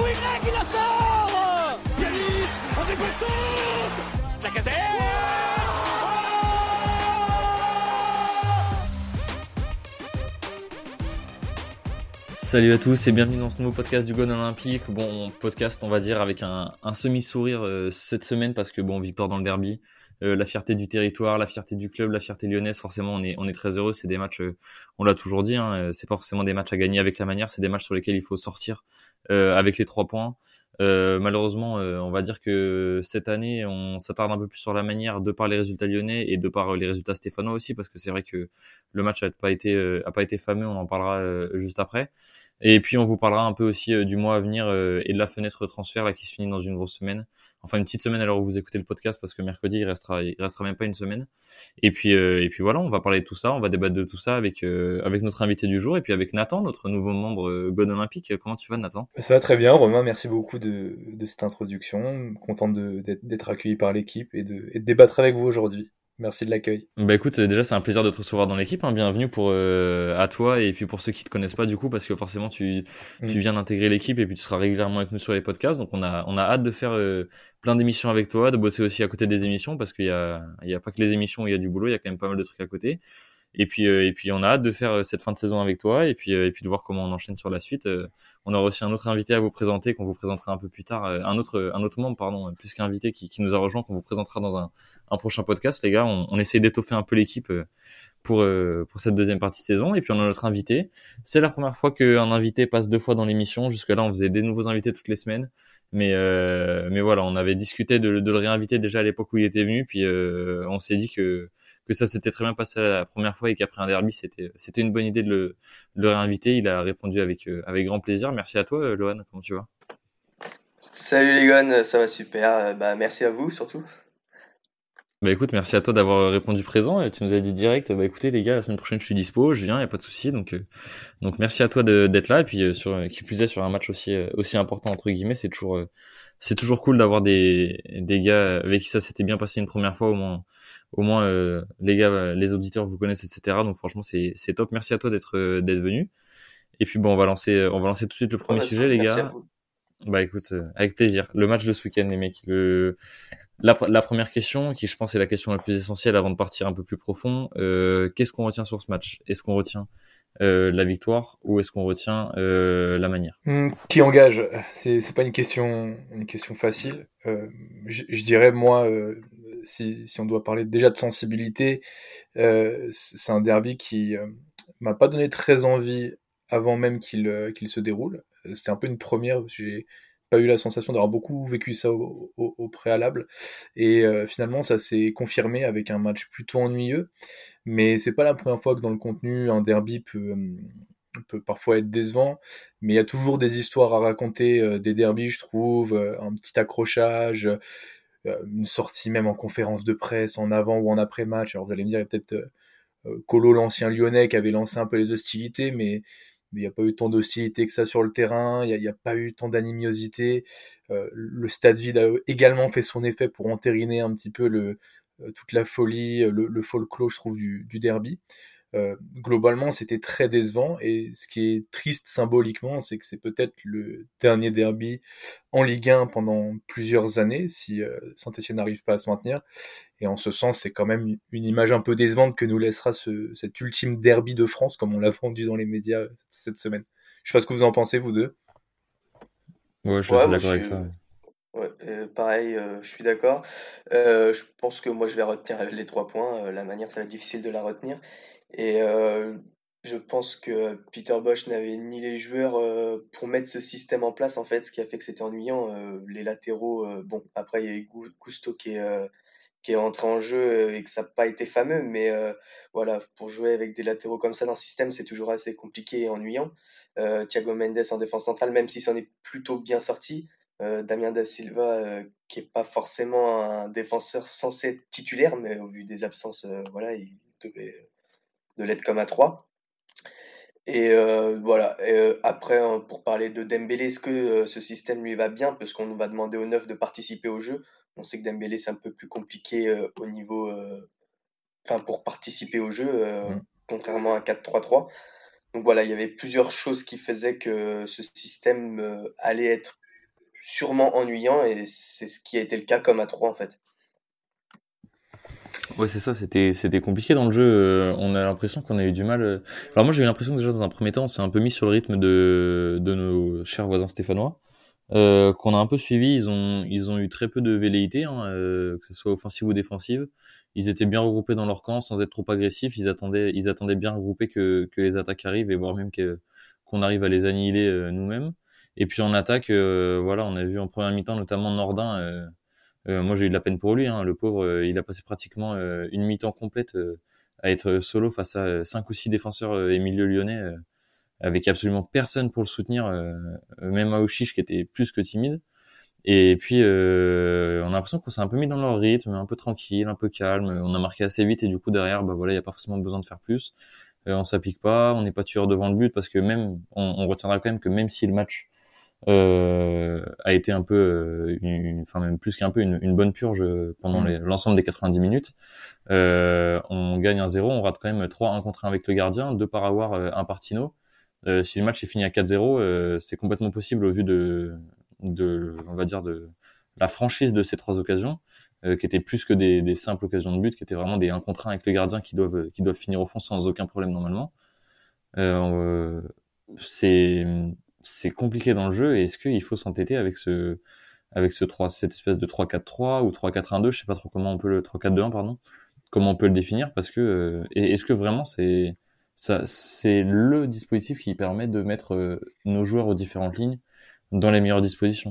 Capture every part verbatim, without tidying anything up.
Houilleret qui la sort. Yanis, on dépasse tous. Lacazette. Salut à tous et bienvenue dans ce nouveau podcast du Gone Olympique. Bon, podcast on va dire avec un, un semi-sourire euh, cette semaine parce que bon, victoire dans le derby, euh, la fierté du territoire, la fierté du club, la fierté lyonnaise, forcément on est, on est très heureux. C'est des matchs, euh, on l'a toujours dit, hein, euh, c'est pas forcément des matchs à gagner avec la manière, c'est des matchs sur lesquels il faut sortir euh, avec les trois points. Euh, malheureusement, euh, on va dire que cette année, on s'attarde un peu plus sur la manière de par les résultats lyonnais et de par euh, les résultats stéphanois aussi, parce que c'est vrai que le match a pas été, euh, a pas été fameux. On en parlera euh, juste après. Et puis on vous parlera un peu aussi euh, du mois à venir euh, et de la fenêtre transfert là qui se finit dans une grosse semaine. Enfin une petite semaine à l'heure où vous écoutez le podcast parce que mercredi il restera, il restera même pas une semaine. Et puis euh, et puis voilà, on va parler de tout ça, on va débattre de tout ça avec euh, avec notre invité du jour et puis avec Nathan, notre nouveau membre euh, Gone Olympique. Comment tu vas, Nathan ? Ça va très bien, Romain, merci beaucoup de, de cette introduction. Content de, d'être, d'être accueilli par l'équipe et de, et de débattre avec vous aujourd'hui. Merci de l'accueil. Bah écoute, déjà c'est un plaisir de te recevoir dans l'équipe, hein. Bienvenue pour euh, à toi et puis pour ceux qui te connaissent pas du coup parce que forcément tu Mm. tu viens d'intégrer l'équipe et puis tu seras régulièrement avec nous sur les podcasts, donc on a on a hâte de faire euh, plein d'émissions avec toi, de bosser aussi à côté des émissions parce qu'il y a il y a pas que les émissions où il y a du boulot, il y a quand même pas mal de trucs à côté. Et puis euh, et puis on a hâte de faire euh, cette fin de saison avec toi et puis euh, et puis de voir comment on enchaîne sur la suite. Euh, on aura aussi un autre invité à vous présenter qu'on vous présentera un peu plus tard, euh, un autre un autre membre pardon, plus qu'invité qui qui nous a rejoint qu'on vous présentera dans un un prochain podcast. Les gars, on, on essaie d'étoffer un peu l'équipe euh, pour euh, pour cette deuxième partie de saison. Et puis on a notre invité. C'est la première fois qu'un invité passe deux fois dans l'émission. Jusque là, on faisait des nouveaux invités toutes les semaines. Mais euh, mais voilà, on avait discuté de, de le réinviter déjà à l'époque où il était venu. Puis euh, on s'est dit que que ça s'était très bien passé la première fois et qu'après un derby, c'était c'était une bonne idée de le de le réinviter. Il a répondu avec euh, avec grand plaisir. Merci à toi, euh, Lohan. Comment tu vas ? Salut les gars, ça va super. Euh, Bah merci à vous surtout. Bah écoute, merci à toi d'avoir répondu présent. Et tu nous as dit direct, bah écoutez les gars, la semaine prochaine je suis dispo, je viens, y a pas de souci. Donc euh, donc merci à toi de, d'être là. Et puis euh, sur qui plus est sur un match aussi euh, aussi important entre guillemets, c'est toujours euh, c'est toujours cool d'avoir des des gars avec qui ça s'était bien passé une première fois au moins. Au moins euh, les gars, les auditeurs vous connaissent, et cetera. Donc franchement c'est c'est top. Merci à toi d'être euh, d'être venu. Et puis bon, on va lancer on va lancer tout de suite le premier Ouais, sujet les merci à gars. vous. Bah écoute, euh, avec plaisir. Le match de ce week-end les mecs. Le la, la première question, qui je pense est la question la plus essentielle avant de partir un peu plus profond, euh, qu'est-ce qu'on retient sur ce match ? Est-ce qu'on retient euh, la victoire ou est-ce qu'on retient euh, la manière ? Mm, Qui engage ? C'est, c'est pas une question, une question facile. Euh, je, je dirais, moi, euh, si, si on doit parler déjà de sensibilité, euh, c'est un derby qui euh, m'a pas donné très envie avant même qu'il, euh, qu'il se déroule. Euh, C'était un peu une première, j'ai pas eu la sensation d'avoir beaucoup vécu ça au, au, au préalable. Et euh, finalement, ça s'est confirmé avec un match plutôt ennuyeux. Mais c'est pas la première fois que dans le contenu, un derby peut, euh, peut parfois être décevant. Mais il y a toujours des histoires à raconter euh, des derbys, je trouve. Euh, un petit accrochage, euh, une sortie même en conférence de presse, en avant ou en après-match. Alors vous allez me dire, il y a peut-être euh, Colo, l'ancien Lyonnais, qui avait lancé un peu les hostilités, mais mais il n'y a pas eu tant d'hostilité que ça sur le terrain, il n'y a, y a pas eu tant d'animosité. Euh, le stade vide a également fait son effet pour entériner un petit peu le, euh, toute la folie, le, le folklore, je trouve, du, du derby. Euh, globalement, c'était très décevant, et ce qui est triste symboliquement, c'est que c'est peut-être le dernier derby en Ligue un pendant plusieurs années, si euh, Saint-Etienne n'arrive pas à se maintenir. Et en ce sens, c'est quand même une image un peu décevante que nous laissera ce, cet ultime derby de France, comme on l'a vendu dans les médias cette semaine. Je sais pas ce que vous en pensez, vous deux. Ouais, je suis Ouais, assez moi je d'accord avec suis ça. Ouais. ouais, euh, pareil, euh, je suis d'accord. Euh, je pense que moi je vais retenir les trois points. Euh, la manière, ça va être difficile de la retenir. Et euh, je pense que Peter Bosch n'avait ni les joueurs euh, pour mettre ce système en place en fait, ce qui a fait que c'était ennuyant. Euh, les latéraux, euh, bon, après il y a eu Gou- Gusto qui est euh, qui est rentré en jeu euh, et que ça n'a pas été fameux, mais euh, voilà, pour jouer avec des latéraux comme ça dans le système, c'est toujours assez compliqué et ennuyant. Euh, Thiago Mendes en défense centrale, même s'il s'en est plutôt bien sorti, euh, Damien Da Silva, euh, qui est pas forcément un défenseur censé être titulaire, mais au vu des absences, euh, voilà, il devait de l'être comme à trois. Et euh, voilà. Et, euh, après, hein, pour parler de Dembélé, est-ce que euh, ce système lui va bien? Parce qu'on va demander aux neuf de participer au jeu. On sait que Dembélé, c'est un peu plus compliqué euh, au niveau, euh, enfin, pour participer au jeu, euh, Mm. contrairement à un quatre trois trois. Donc voilà, il y avait plusieurs choses qui faisaient que ce système euh, allait être sûrement ennuyant, et c'est ce qui a été le cas comme à trois en fait. Ouais, c'est ça, c'était c'était compliqué dans le jeu. Euh, on a l'impression qu'on a eu du mal. euh. Alors moi, j'ai eu l'impression que déjà dans un premier temps, on s'est un peu mis sur le rythme de de nos chers voisins stéphanois, euh, qu'on a un peu suivi. Ils ont ils ont eu très peu de velléité, hein, euh, que ce soit offensive ou défensive. Ils étaient bien regroupés dans leur camp, sans être trop agressifs. Ils attendaient ils attendaient bien regroupés que que les attaques arrivent et voire même que qu'on arrive à les annihiler euh, nous-mêmes. Et puis en attaque, euh, voilà, on a vu en première mi-temps notamment Nordin. Euh, euh, moi, j'ai eu de la peine pour lui, hein. Le pauvre, euh, il a passé pratiquement euh, une mi-temps complète euh, à être solo face à euh, cinq ou six défenseurs euh, et milieux lyonnais, euh, avec absolument personne pour le soutenir, euh, même Aouchiche qui était plus que timide. Et puis, euh, on a l'impression qu'on s'est un peu mis dans leur rythme, un peu tranquille, un peu calme. On a marqué assez vite et du coup derrière, bah voilà, il y a pas forcément besoin de faire plus. Euh, on s'applique pas, on n'est pas tueur devant le but parce que même, on, on retiendra quand même que même si le match euh, a été un peu, euh, une, enfin même plus qu'un peu, une, une bonne purge pendant les, l'ensemble des quatre-vingt-dix minutes. Euh, on gagne un zéro, on rate quand même trois un contre un avec le gardien, deux par Aouar, euh, un par Tino. Euh, si le match est fini à quatre zéro, euh, c'est complètement possible au vu de, de, on va dire de la franchise de ces trois occasions, euh, qui étaient plus que des, des simples occasions de but, qui étaient vraiment des un contre un avec le gardien qui doivent, qui doivent finir au fond sans aucun problème normalement. Euh, c'est c'est compliqué dans le jeu et est-ce qu'il faut s'entêter avec ce avec ce trois cette espèce de trois quatre trois ou trois quatre un deux, je sais pas trop comment on peut le trois quatre deux un pardon, comment on peut le définir parce que euh, est-ce que vraiment c'est ça c'est le dispositif qui permet de mettre euh, nos joueurs aux différentes lignes dans les meilleures dispositions?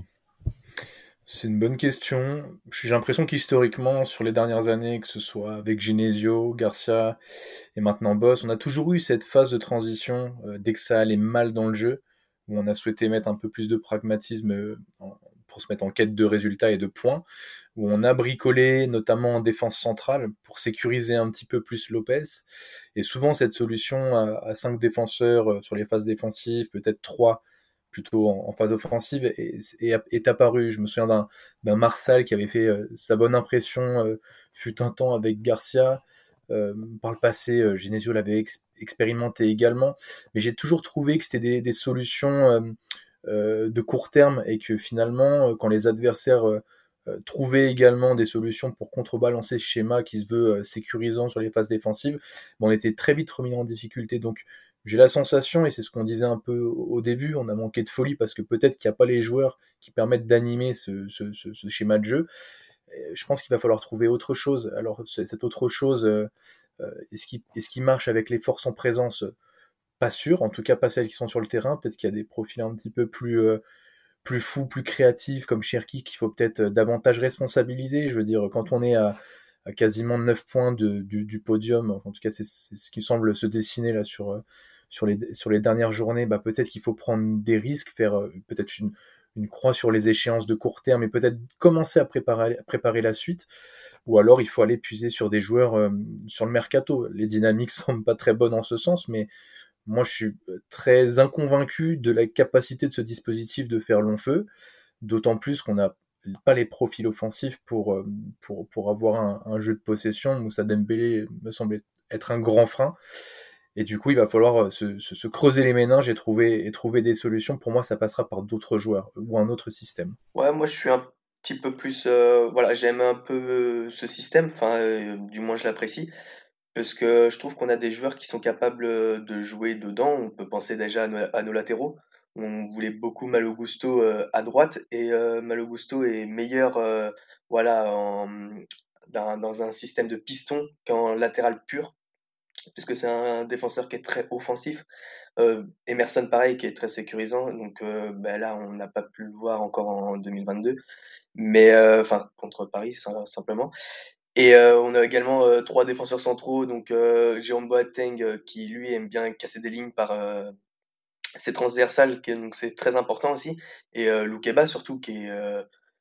C'est une bonne question. J'ai l'impression qu'historiquement, sur les dernières années, que ce soit avec Genesio, Garcia et maintenant Boss, on a toujours eu cette phase de transition euh, dès que ça allait mal dans le jeu, où on a souhaité mettre un peu plus de pragmatisme euh, en- pour se mettre en quête de résultats et de points, où on a bricolé, notamment en défense centrale, pour sécuriser un petit peu plus Lopez. Et souvent, cette solution à, à cinq défenseurs euh, sur les phases défensives, peut-être trois plutôt en, en phase offensive, est, est, est apparue. Je me souviens d'un, d'un Marsal qui avait fait euh, sa bonne impression euh, fut un temps avec Garcia. Euh, par le passé, euh, Genesio l'avait ex- expérimenté également, mais j'ai toujours trouvé que c'était des, des solutions euh, euh, de court terme et que finalement, euh, quand les adversaires euh, euh, trouvaient également des solutions pour contrebalancer ce schéma qui se veut euh, sécurisant sur les phases défensives, ben, on était très vite remis en difficulté. Donc j'ai la sensation, et c'est ce qu'on disait un peu au début, on a manqué de folie parce que peut-être qu'il n'y a pas les joueurs qui permettent d'animer ce, ce, ce, ce schéma de jeu. Je pense qu'il va falloir trouver autre chose. Alors cette autre chose, euh, euh, est-ce qu'il est-ce qu'il marche avec les forces en présence? Pas sûr, en tout cas pas celles qui sont sur le terrain. Peut-être qu'il y a des profils un petit peu plus euh, plus fous, plus créatifs comme Cherki qu'il faut peut-être davantage responsabiliser. Je veux dire, quand on est à, à quasiment neuf points de, du, du podium, en tout cas c'est, c'est ce qui semble se dessiner là sur sur les sur les dernières journées, bah peut-être qu'il faut prendre des risques, faire euh, peut-être une une croix sur les échéances de court terme et peut-être commencer à préparer, à préparer la suite, ou alors il faut aller puiser sur des joueurs euh, sur le mercato. Les dynamiques semblent pas très bonnes en ce sens, mais moi je suis très inconvaincu de la capacité de ce dispositif de faire long feu, d'autant plus qu'on n'a pas les profils offensifs pour, euh, pour, pour avoir un, un jeu de possession. Moussa Dembélé me semble être un grand frein. Et du coup, il va falloir se, se, se creuser les méninges et trouver, et trouver des solutions. Pour moi, ça passera par d'autres joueurs ou un autre système. Ouais, moi je suis un petit peu plus, euh, voilà, j'aime un peu euh, ce système, enfin, euh, du moins je l'apprécie, parce que je trouve qu'on a des joueurs qui sont capables euh, de jouer dedans. On peut penser déjà à nos, à nos latéraux. On voulait beaucoup Malo Gusto euh, à droite, et euh, Malo Gusto est meilleur, euh, voilà, en, dans, dans un système de piston qu'en latéral pur, puisque c'est un défenseur qui est très offensif. Euh, Emerson, pareil, qui est très sécurisant. Donc euh, ben là, on n'a pas pu le voir encore en deux mille vingt-deux, mais euh, enfin contre Paris sim- simplement. Et euh, on a également euh, trois défenseurs centraux, donc euh, Jérôme Boateng euh, qui lui aime bien casser des lignes par euh, ses transversales, qui, donc c'est très important aussi. Et euh, Loukeba surtout qui est euh,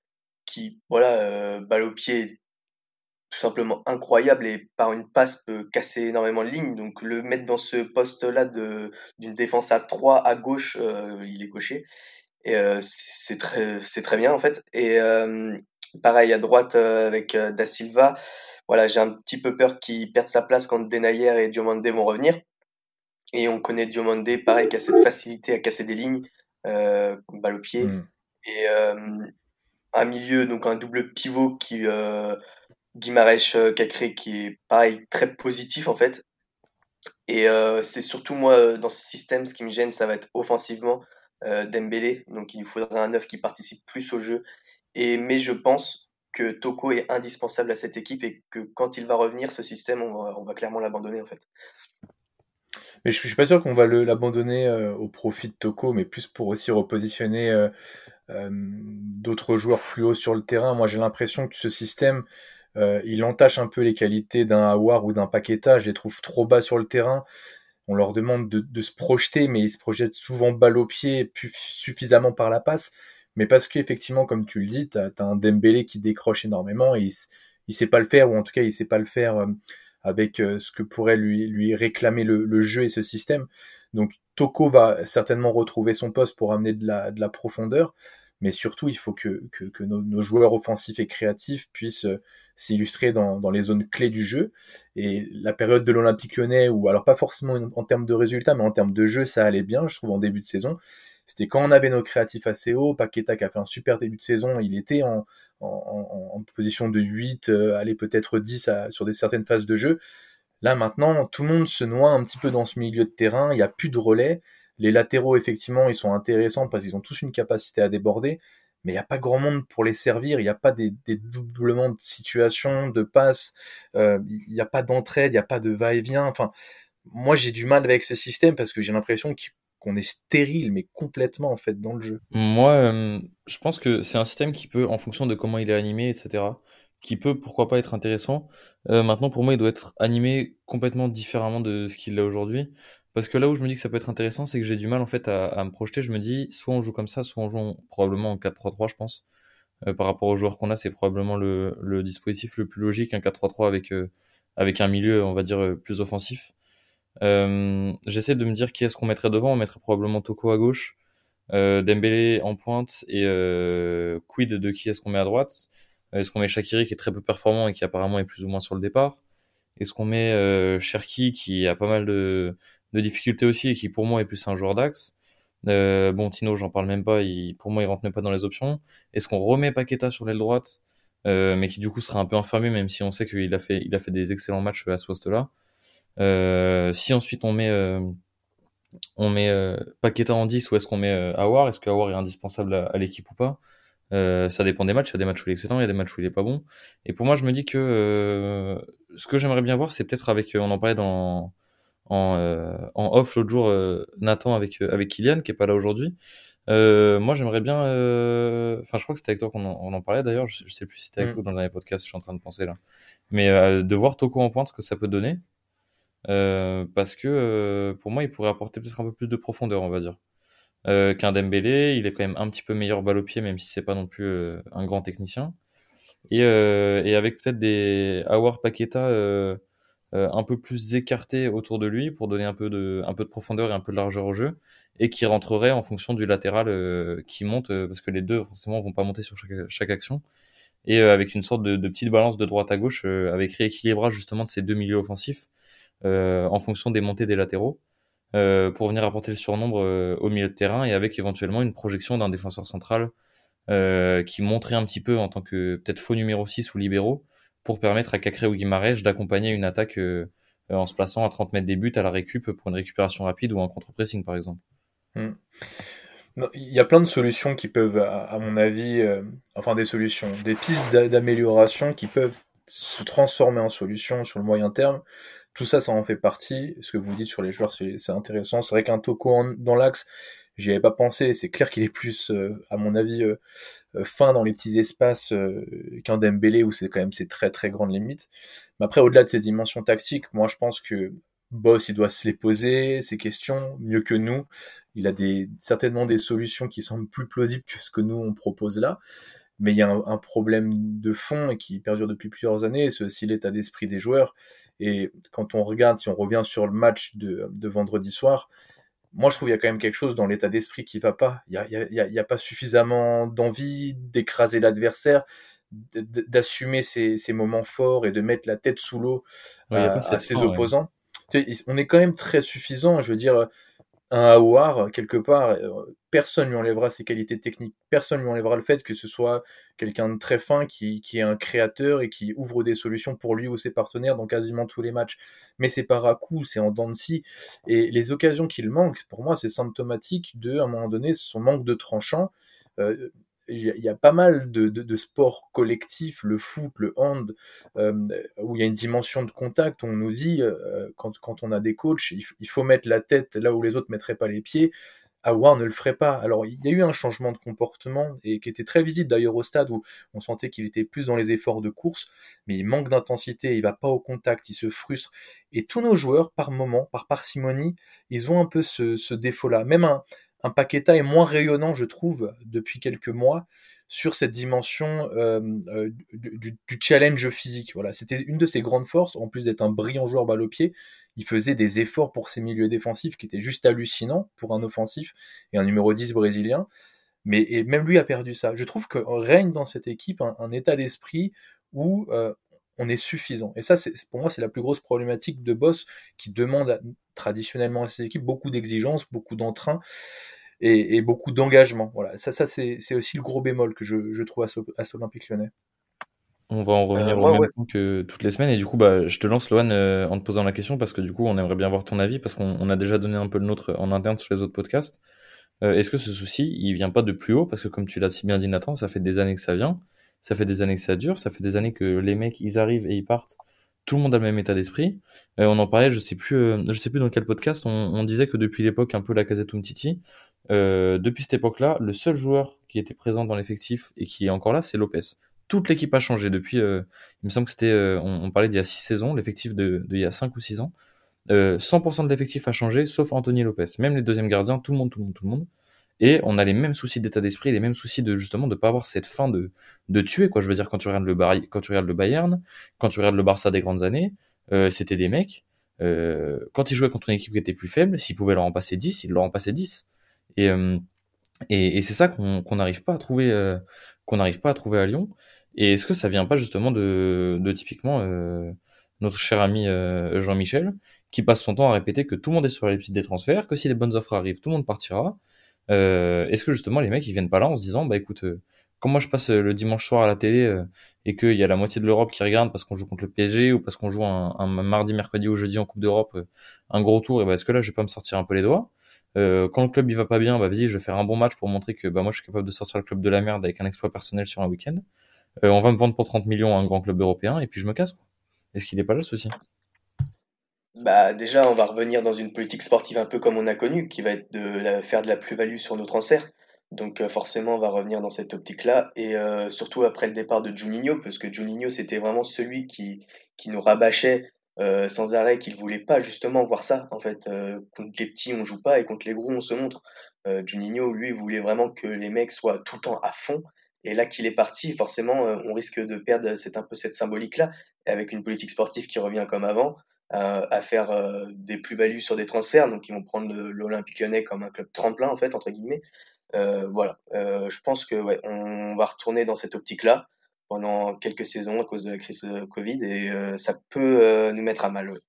qui voilà euh, balle au pied tout simplement incroyable, et par une passe peut casser énormément de lignes. Donc le mettre dans ce poste-là de d'une défense à trois à gauche, euh, il est gaucher, et euh, c'est très c'est très bien en fait. Et euh, pareil à droite euh, avec euh, Da Silva. Voilà, j'ai un petit peu peur qu'il perde sa place quand Denayer et Diomande vont revenir. Et on connaît Diomande, pareil, qui a cette facilité à casser des lignes, euh, balle au pied. Mm. et euh, un milieu, donc un double pivot qui euh, Guimarães euh, Cacré qui est pareil très positif en fait. Et euh, c'est surtout moi euh, dans ce système, ce qui me gêne, ça va être offensivement euh, Dembélé. Donc il nous faudrait un neuf qui participe plus au jeu. Et mais je pense que Toko est indispensable à cette équipe et que quand il va revenir, ce système, on va, on va clairement l'abandonner en fait. Mais je, je suis pas sûr qu'on va le, l'abandonner euh, au profit de Toko, mais plus pour aussi repositionner euh, euh, d'autres joueurs plus haut sur le terrain. Moi, j'ai l'impression que ce système, euh, il entache un peu les qualités d'un Aouar ou d'un Paqueta. Je les trouve trop bas sur le terrain. On leur demande de, de se projeter, mais ils se projettent souvent balle au pied, plus suffisamment par la passe. Mais parce qu'effectivement, comme tu le dis, t'as, t'as un Dembélé qui décroche énormément et il, il sait pas le faire, ou en tout cas, il sait pas le faire euh, avec euh, ce que pourrait lui, lui réclamer le, le jeu et ce système. Donc, Toko va certainement retrouver son poste pour amener de la, de la profondeur. Mais surtout, il faut que, que, que nos, nos joueurs offensifs et créatifs puissent euh, s'illustrer dans, dans les zones clés du jeu. Et la période de l'Olympique Lyonnais, ou alors pas forcément en termes de résultats, mais en termes de jeu, ça allait bien, je trouve, en début de saison. C'était quand on avait nos créatifs assez hauts. Paqueta qui a fait un super début de saison, il était en, en, en, en position de huit, euh, allez peut-être dix à, sur des certaines phases de jeu. Là maintenant, tout le monde se noie un petit peu dans ce milieu de terrain, il n'y a plus de relais. Les latéraux, effectivement, ils sont intéressants parce qu'ils ont tous une capacité à déborder, mais il n'y a pas grand monde pour les servir, il n'y a pas des, des doublements de situations, de passes, euh, il n'y a pas d'entraide, il n'y a pas de va-et-vient. Enfin, moi j'ai du mal avec ce système parce que j'ai l'impression qu'il- qu'on est stérile, mais complètement en fait dans le jeu. Moi, euh, je pense que c'est un système qui peut, en fonction de comment il est animé, et cetera, qui peut, pourquoi pas, être intéressant. Euh, maintenant, pour moi, il doit être animé complètement différemment de ce qu'il est aujourd'hui. Parce que là où je me dis que ça peut être intéressant, c'est que j'ai du mal, en fait, à, à me projeter. Je me dis, soit on joue comme ça, soit on joue en- probablement en quatre trois trois, je pense. Euh, par rapport aux joueurs qu'on a, c'est probablement le, le dispositif le plus logique, un quatre trois trois avec, euh, avec un milieu, on va dire, euh, plus offensif. Euh, j'essaie de me dire qui est-ce qu'on mettrait devant. On mettrait probablement Toko à gauche, euh, Dembélé en pointe et euh, quid de qui est-ce qu'on met à droite. Euh, Est-ce qu'on met Shaqiri qui est très peu performant et qui apparemment est plus ou moins sur le départ? Est-ce qu'on met euh, Cherki qui a pas mal de, de difficultés aussi et qui pour moi est plus un joueur d'axe? Euh, bon, Tino, j'en parle même pas, il, pour moi il rentre même pas dans les options. Est-ce qu'on remet Paqueta sur l'aile droite, euh, mais qui du coup sera un peu enfermé, même si on sait qu'il a fait, il a fait des excellents matchs à ce poste-là. Euh, si ensuite on met, euh, on met euh, Paqueta en dix ou est-ce qu'on met euh, Aouar? Est-ce que Aouar est indispensable à, à l'équipe ou pas? Euh, ça dépend des matchs. Il y a des matchs où il est excellent, il y a des matchs où il est pas bon. Et pour moi, je me dis que euh, ce que j'aimerais bien voir, c'est peut-être avec, euh, on en parlait dans, en, euh, en off l'autre jour, euh, Nathan avec, euh, avec Kylian, qui est pas là aujourd'hui. Euh, moi, j'aimerais bien, euh, enfin, je crois que c'était avec toi qu'on en, on en parlait d'ailleurs. Je, je sais plus si c'était avec Mm. toi dans le dernier podcast, je suis en train de penser là. Mais euh, de voir Toko en pointe, ce que ça peut donner. Euh, parce que euh, pour moi, il pourrait apporter peut-être un peu plus de profondeur, on va dire, euh, qu'un Dembélé. Il est quand même un petit peu meilleur balle au pied, même si c'est pas non plus euh, un grand technicien. Et, euh, et avec peut-être des Awar Paqueta euh, euh, un peu plus écartés autour de lui pour donner un peu de, un peu de profondeur et un peu de largeur au jeu, et qui rentrerait en fonction du latéral euh, qui monte, euh, parce que les deux forcément vont pas monter sur chaque, chaque action, et euh, avec une sorte de, de petite balance de droite à gauche, euh, avec rééquilibrage justement de ces deux milieux offensifs euh, en fonction des montées des latéraux, euh, pour venir apporter le surnombre euh, au milieu de terrain et avec éventuellement une projection d'un défenseur central euh, qui monterait un petit peu en tant que peut-être faux numéro six ou libéraux pour permettre à Cacré ou Guimarães d'accompagner une attaque euh, euh, en se plaçant à trente mètres des buts à la récup pour une récupération rapide ou un contre-pressing par exemple. Mm. Non, il y a plein de solutions qui peuvent, à, à mon avis, euh, enfin des solutions, des pistes d'a- d'amélioration qui peuvent se transformer en solutions sur le moyen terme. Tout ça, ça en fait partie. Ce que vous dites sur les joueurs, c'est c'est intéressant. C'est vrai qu'un Toko en- dans l'axe, j'y avais pas pensé. C'est clair qu'il est plus, euh, à mon avis, euh, euh, fin dans les petits espaces euh, qu'un Dembélé où c'est quand même ses très très grandes limites. Mais après, au-delà de ces dimensions tactiques, moi je pense que Boss, il doit se les poser, ces questions, mieux que nous. Il a des, certainement des solutions qui semblent plus plausibles que ce que nous on propose là. Mais il y a un, un problème de fond et qui perdure depuis plusieurs années, c'est aussi l'état d'esprit des joueurs. Et quand on regarde, si on revient sur le match de, de vendredi soir, moi je trouve qu'il y a quand même quelque chose dans l'état d'esprit qui va pas. Il y a, il y a, il y a pas suffisamment d'envie d'écraser l'adversaire, d'assumer ses, ses moments forts et de mettre la tête sous l'eau Ouais, il n'y a à, pas à cette ses fin, ouais. opposants. Tu sais, on est quand même très suffisant. Je veux dire, un Aouar, quelque part, personne lui enlèvera ses qualités techniques, personne lui enlèvera le fait que ce soit quelqu'un de très fin qui, qui est un créateur et qui ouvre des solutions pour lui ou ses partenaires dans quasiment tous les matchs. Mais c'est par à-coups, c'est en dents de scie. Et les occasions qu'il manque, pour moi, c'est symptomatique de, à un moment donné, son manque de tranchant. Euh, il y a pas mal de, de, de sports collectifs, le foot, le hand, euh, où il y a une dimension de contact, où on nous dit, euh, quand, quand on a des coachs, il, il faut mettre la tête là où les autres mettraient pas les pieds. Aouar ne le ferait pas. Alors, il y a eu un changement de comportement, et qui était très visible d'ailleurs au stade, où on sentait qu'il était plus dans les efforts de course, mais il manque d'intensité, il va pas au contact, il se frustre. Et tous nos joueurs, par moment, par parcimonie, ils ont un peu ce, ce défaut-là. Même un, un Paqueta est moins rayonnant, je trouve, depuis quelques mois, sur cette dimension euh, euh, du, du challenge physique. Voilà, c'était une de ses grandes forces, en plus d'être un brillant joueur balle au pied. Il faisait des efforts pour ses milieux défensifs qui étaient juste hallucinants pour un offensif et un numéro dix brésilien. Mais et même lui a perdu ça. Je trouve que règne dans cette équipe un, un état d'esprit où euh, on est suffisant. Et ça, c'est, pour moi, c'est la plus grosse problématique de Boss, qui demande à, traditionnellement à cette équipe beaucoup d'exigences, beaucoup d'entrain et, et beaucoup d'engagement. Voilà, ça, ça c'est, c'est aussi le gros bémol que je, je trouve à ce, à ce Olympique Lyonnais. On va en revenir Euh, au moi, même ouais. point que toutes les semaines. Et du coup, bah, je te lance, Lohan, euh, en te posant la question, parce que du coup, on aimerait bien voir ton avis, parce qu'on on a déjà donné un peu le nôtre en interne sur les autres podcasts. Euh, est-ce que ce souci, il vient pas de plus haut? Parce que comme tu l'as si bien dit, Nathan, ça fait des années que ça vient, ça fait des années que ça dure, ça fait des années que les mecs, ils arrivent et ils partent, tout le monde a le même état d'esprit. Euh, on en parlait, je sais plus, euh, je sais plus dans quel podcast, on, on disait que depuis l'époque, un peu la Casette Umtiti, euh, depuis cette époque-là, le seul joueur qui était présent dans l'effectif et qui est encore là, c'est Lopez. Toute l'équipe a changé depuis, euh, il me semble que c'était, euh, on, on parlait d'il y a six saisons, l'effectif de, de il y a cinq ou six ans. Euh, cent pour cent de l'effectif a changé, sauf Anthony Lopez. Même les deuxièmes gardiens, tout le monde, tout le monde, tout le monde. Et on a les mêmes soucis d'état d'esprit, les mêmes soucis de justement de pas avoir cette fin de, de tuer, quoi. Je veux dire, quand tu regardes le, Bar- quand tu regardes le Bayern, quand tu regardes le Barça des grandes années, euh, c'était des mecs, euh, quand ils jouaient contre une équipe qui était plus faible, s'ils pouvaient leur en passer dix, ils leur en passaient dix. Et, euh, et, et c'est ça qu'on qu'on n'arrive pas à trouver, euh, qu'on n'arrive pas à trouver à Lyon. Et est-ce que ça vient pas justement de, de typiquement euh, notre cher ami euh, Jean-Michel, qui passe son temps à répéter que tout le monde est sur les pistes des transferts, que si les bonnes offres arrivent, tout le monde partira. Euh, est-ce que justement les mecs ils viennent pas là en se disant bah écoute, euh, comme moi je passe euh, le dimanche soir à la télé euh, et qu'il y a la moitié de l'Europe qui regarde parce qu'on joue contre le P S G ou parce qu'on joue un, un mardi, mercredi ou jeudi en Coupe d'Europe, euh, un gros tour, et bah est-ce que là je vais pas me sortir un peu les doigts? Euh, quand le club il va pas bien, bah vas-y, je vais faire un bon match pour montrer que bah moi je suis capable de sortir le club de la merde avec un exploit personnel sur un week-end. Euh, on va me vendre pour trente millions à un grand club européen et puis je me casse, quoi. Est-ce qu'il est pas là le souci? Bah, déjà, on va revenir dans une politique sportive un peu comme on a connu, qui va être de la- faire de la plus-value sur nos transferts. Donc euh, forcément, on va revenir dans cette optique-là. Et euh, surtout après le départ de Juninho, parce que Juninho, c'était vraiment celui qui, qui nous rabâchait euh, sans arrêt, qu'il voulait pas justement voir ça. En fait, Euh, contre les petits, on joue pas, et contre les gros, on se montre. Euh, Juninho, lui, voulait vraiment que les mecs soient tout le temps à fond. Et là qu'il est parti, forcément, euh, on risque de perdre cette, un peu cette symbolique-là, et avec une politique sportive qui revient comme avant à, à faire euh, des plus-values sur des transferts, donc ils vont prendre le- l'Olympique Lyonnais comme un club tremplin en fait entre guillemets. Euh, voilà, Euh, je pense que ouais, on va retourner dans cette optique-là pendant quelques saisons à cause de la crise euh, Covid et euh, ça peut euh, nous mettre à mal. Ouais.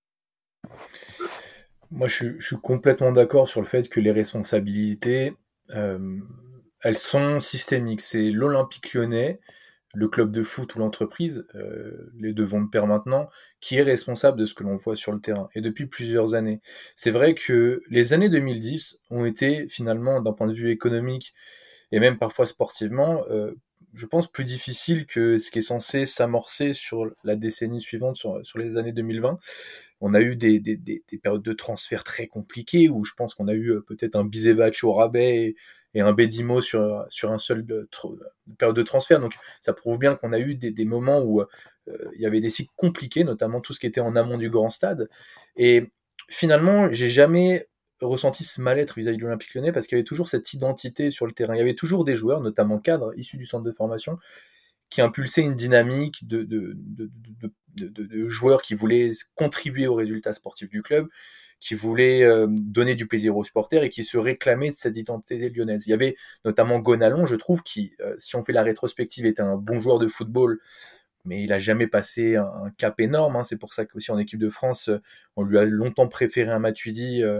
Moi, je, suis- je suis complètement d'accord sur le fait que les responsabilités, euh, elles sont systémiques. C'est l'Olympique Lyonnais, le club de foot ou l'entreprise, euh, les deux vont de pair maintenant, qui est responsable de ce que l'on voit sur le terrain, et depuis plusieurs années. C'est vrai que les années deux mille dix ont été finalement, d'un point de vue économique, et même parfois sportivement, euh, je pense plus difficiles que ce qui est censé s'amorcer sur la décennie suivante, sur, sur les années deux mille vingt. On a eu des, des, des, des périodes de transfert très compliquées, où je pense qu'on a eu euh, peut-être un Bizevac au rabais et, et un Bedimo sur, sur un seul de, tr- période de transfert. Donc ça prouve bien qu'on a eu des, des moments où euh, il y avait des cycles compliqués, notamment tout ce qui était en amont du grand stade. Et finalement, j'ai jamais ressenti ce mal-être vis-à-vis de l'Olympique Lyonnais, parce qu'il y avait toujours cette identité sur le terrain. Il y avait toujours des joueurs, notamment cadres, issus du centre de formation, qui impulsait une dynamique de, de, de, de, de, de, de joueurs qui voulaient contribuer aux résultats sportifs du club, qui voulaient euh, donner du plaisir aux supporters et qui se réclamaient de cette identité lyonnaise. Il y avait notamment Gonalon, je trouve, qui, euh, si on fait la rétrospective, était un bon joueur de football, mais il a jamais passé un, un cap énorme. Hein. C'est pour ça qu'aussi en équipe de France, euh, on lui a longtemps préféré un Matuidi euh,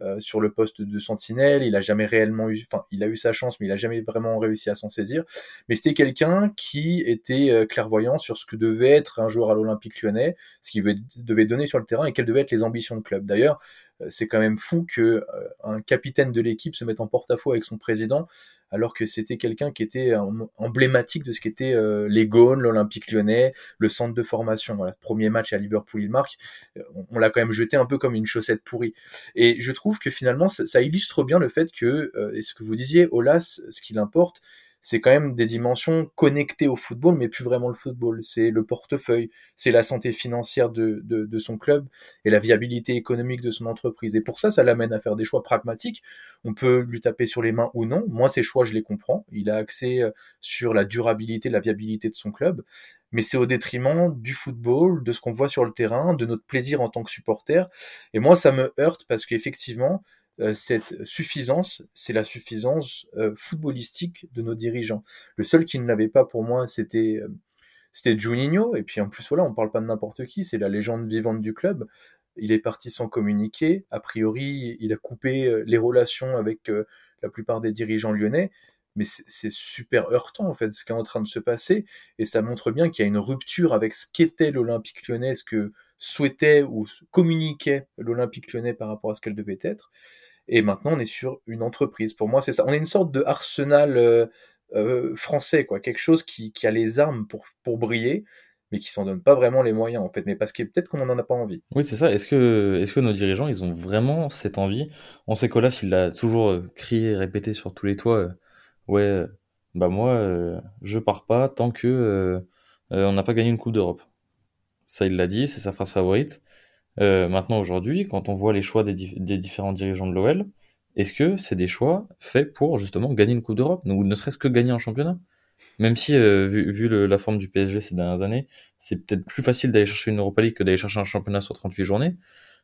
euh, sur le poste de sentinelle. Il a jamais réellement eu, enfin, il a eu sa chance, mais il a jamais vraiment réussi à s'en saisir. Mais c'était quelqu'un qui était euh, clairvoyant sur ce que devait être un joueur à l'Olympique Lyonnais, ce qu'il devait donner sur le terrain et quelles devaient être les ambitions de club. D'ailleurs, euh, c'est quand même fou que euh, un capitaine de l'équipe se mette en porte-à-faux avec son président, alors que c'était quelqu'un qui était emblématique de ce qu'étaient euh, les Gaunes, l'Olympique Lyonnais, le centre de formation. Voilà, premier match à Liverpool, il marque, on, on l'a quand même jeté un peu comme une chaussette pourrie. Et je trouve que finalement, ça, ça illustre bien le fait que, euh, et ce que vous disiez, Aulas, ce qu'il importe, c'est quand même des dimensions connectées au football, mais plus vraiment le football. C'est le portefeuille, c'est la santé financière de, de, de son club et la viabilité économique de son entreprise. Et pour ça, ça l'amène à faire des choix pragmatiques. On peut lui taper sur les mains ou non. Moi, ces choix, je les comprends. Il a axé sur la durabilité, la viabilité de son club. Mais c'est au détriment du football, de ce qu'on voit sur le terrain, de notre plaisir en tant que supporter. Et moi, ça me heurte parce qu'effectivement, cette suffisance, c'est la suffisance euh, footballistique de nos dirigeants. Le seul qui ne l'avait pas pour moi, c'était euh, c'était Juninho. Et puis en plus, voilà, on parle pas de n'importe qui, c'est la légende vivante du club. Il est parti sans communiquer. A priori, il a coupé euh, les relations avec euh, la plupart des dirigeants lyonnais. Mais c'est, c'est super heurtant, en fait, ce qui est en train de se passer. Et ça montre bien qu'il y a une rupture avec ce qu'était l'Olympique lyonnais, ce que souhaitait ou communiquait l'Olympique lyonnais par rapport à ce qu'elle devait être. Et maintenant, on est sur une entreprise. Pour moi, c'est ça. On est une sorte de Arsenal euh, euh, français, quoi. Quelque chose qui, qui a les armes pour, pour briller, mais qui s'en donne pas vraiment les moyens, en fait. Mais parce que peut-être qu'on n'en a pas envie. Oui, c'est ça. Est-ce que, est-ce que nos dirigeants, ils ont vraiment cette envie? On sait qu'Olas, il l'a toujours euh, crié et répété sur tous les toits. euh, ouais, euh, bah moi, euh, je pars pas tant que euh, euh, on n'a pas gagné une Coupe d'Europe. Ça, il l'a dit, c'est sa phrase favorite. Euh, maintenant, aujourd'hui, quand on voit les choix des, dif- des différents dirigeants de l'O L, est-ce que c'est des choix faits pour justement gagner une Coupe d'Europe, ou ne serait-ce que gagner un championnat? Même si, euh, vu, vu le- la forme du P S G ces dernières années, c'est peut-être plus facile d'aller chercher une Europa League que d'aller chercher un championnat sur trente-huit journées.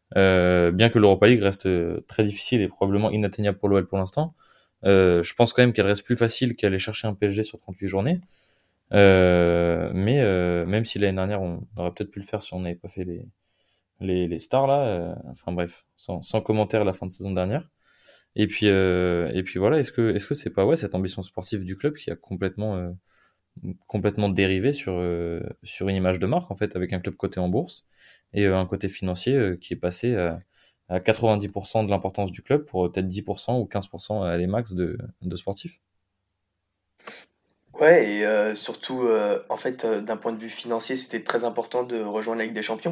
Euh, bien que l'Europa League reste euh, très difficile et probablement inatteignable pour l'O L pour l'instant, euh, je pense quand même qu'elle reste plus facile qu'aller chercher un P S G sur trente-huit journées. Euh, mais euh, même si l'année dernière, on aurait peut-être pu le faire si on n'avait pas fait les, les, les stars là. euh, enfin bref, sans, sans commentaire la fin de saison dernière. Et puis, euh, et puis voilà, est-ce que est-ce que c'est pas ouais cette ambition sportive du club qui a complètement euh, complètement dérivé sur euh, sur une image de marque en fait, avec un club coté en bourse et euh, un côté financier euh, qui est passé à, à quatre-vingt-dix pour cent de l'importance du club pour euh, peut-être dix pour cent ou quinze pour cent à les max de, de sportifs. Ouais, et euh, surtout, euh, en fait, euh, d'un point de vue financier, c'était très important de rejoindre la Ligue des Champions.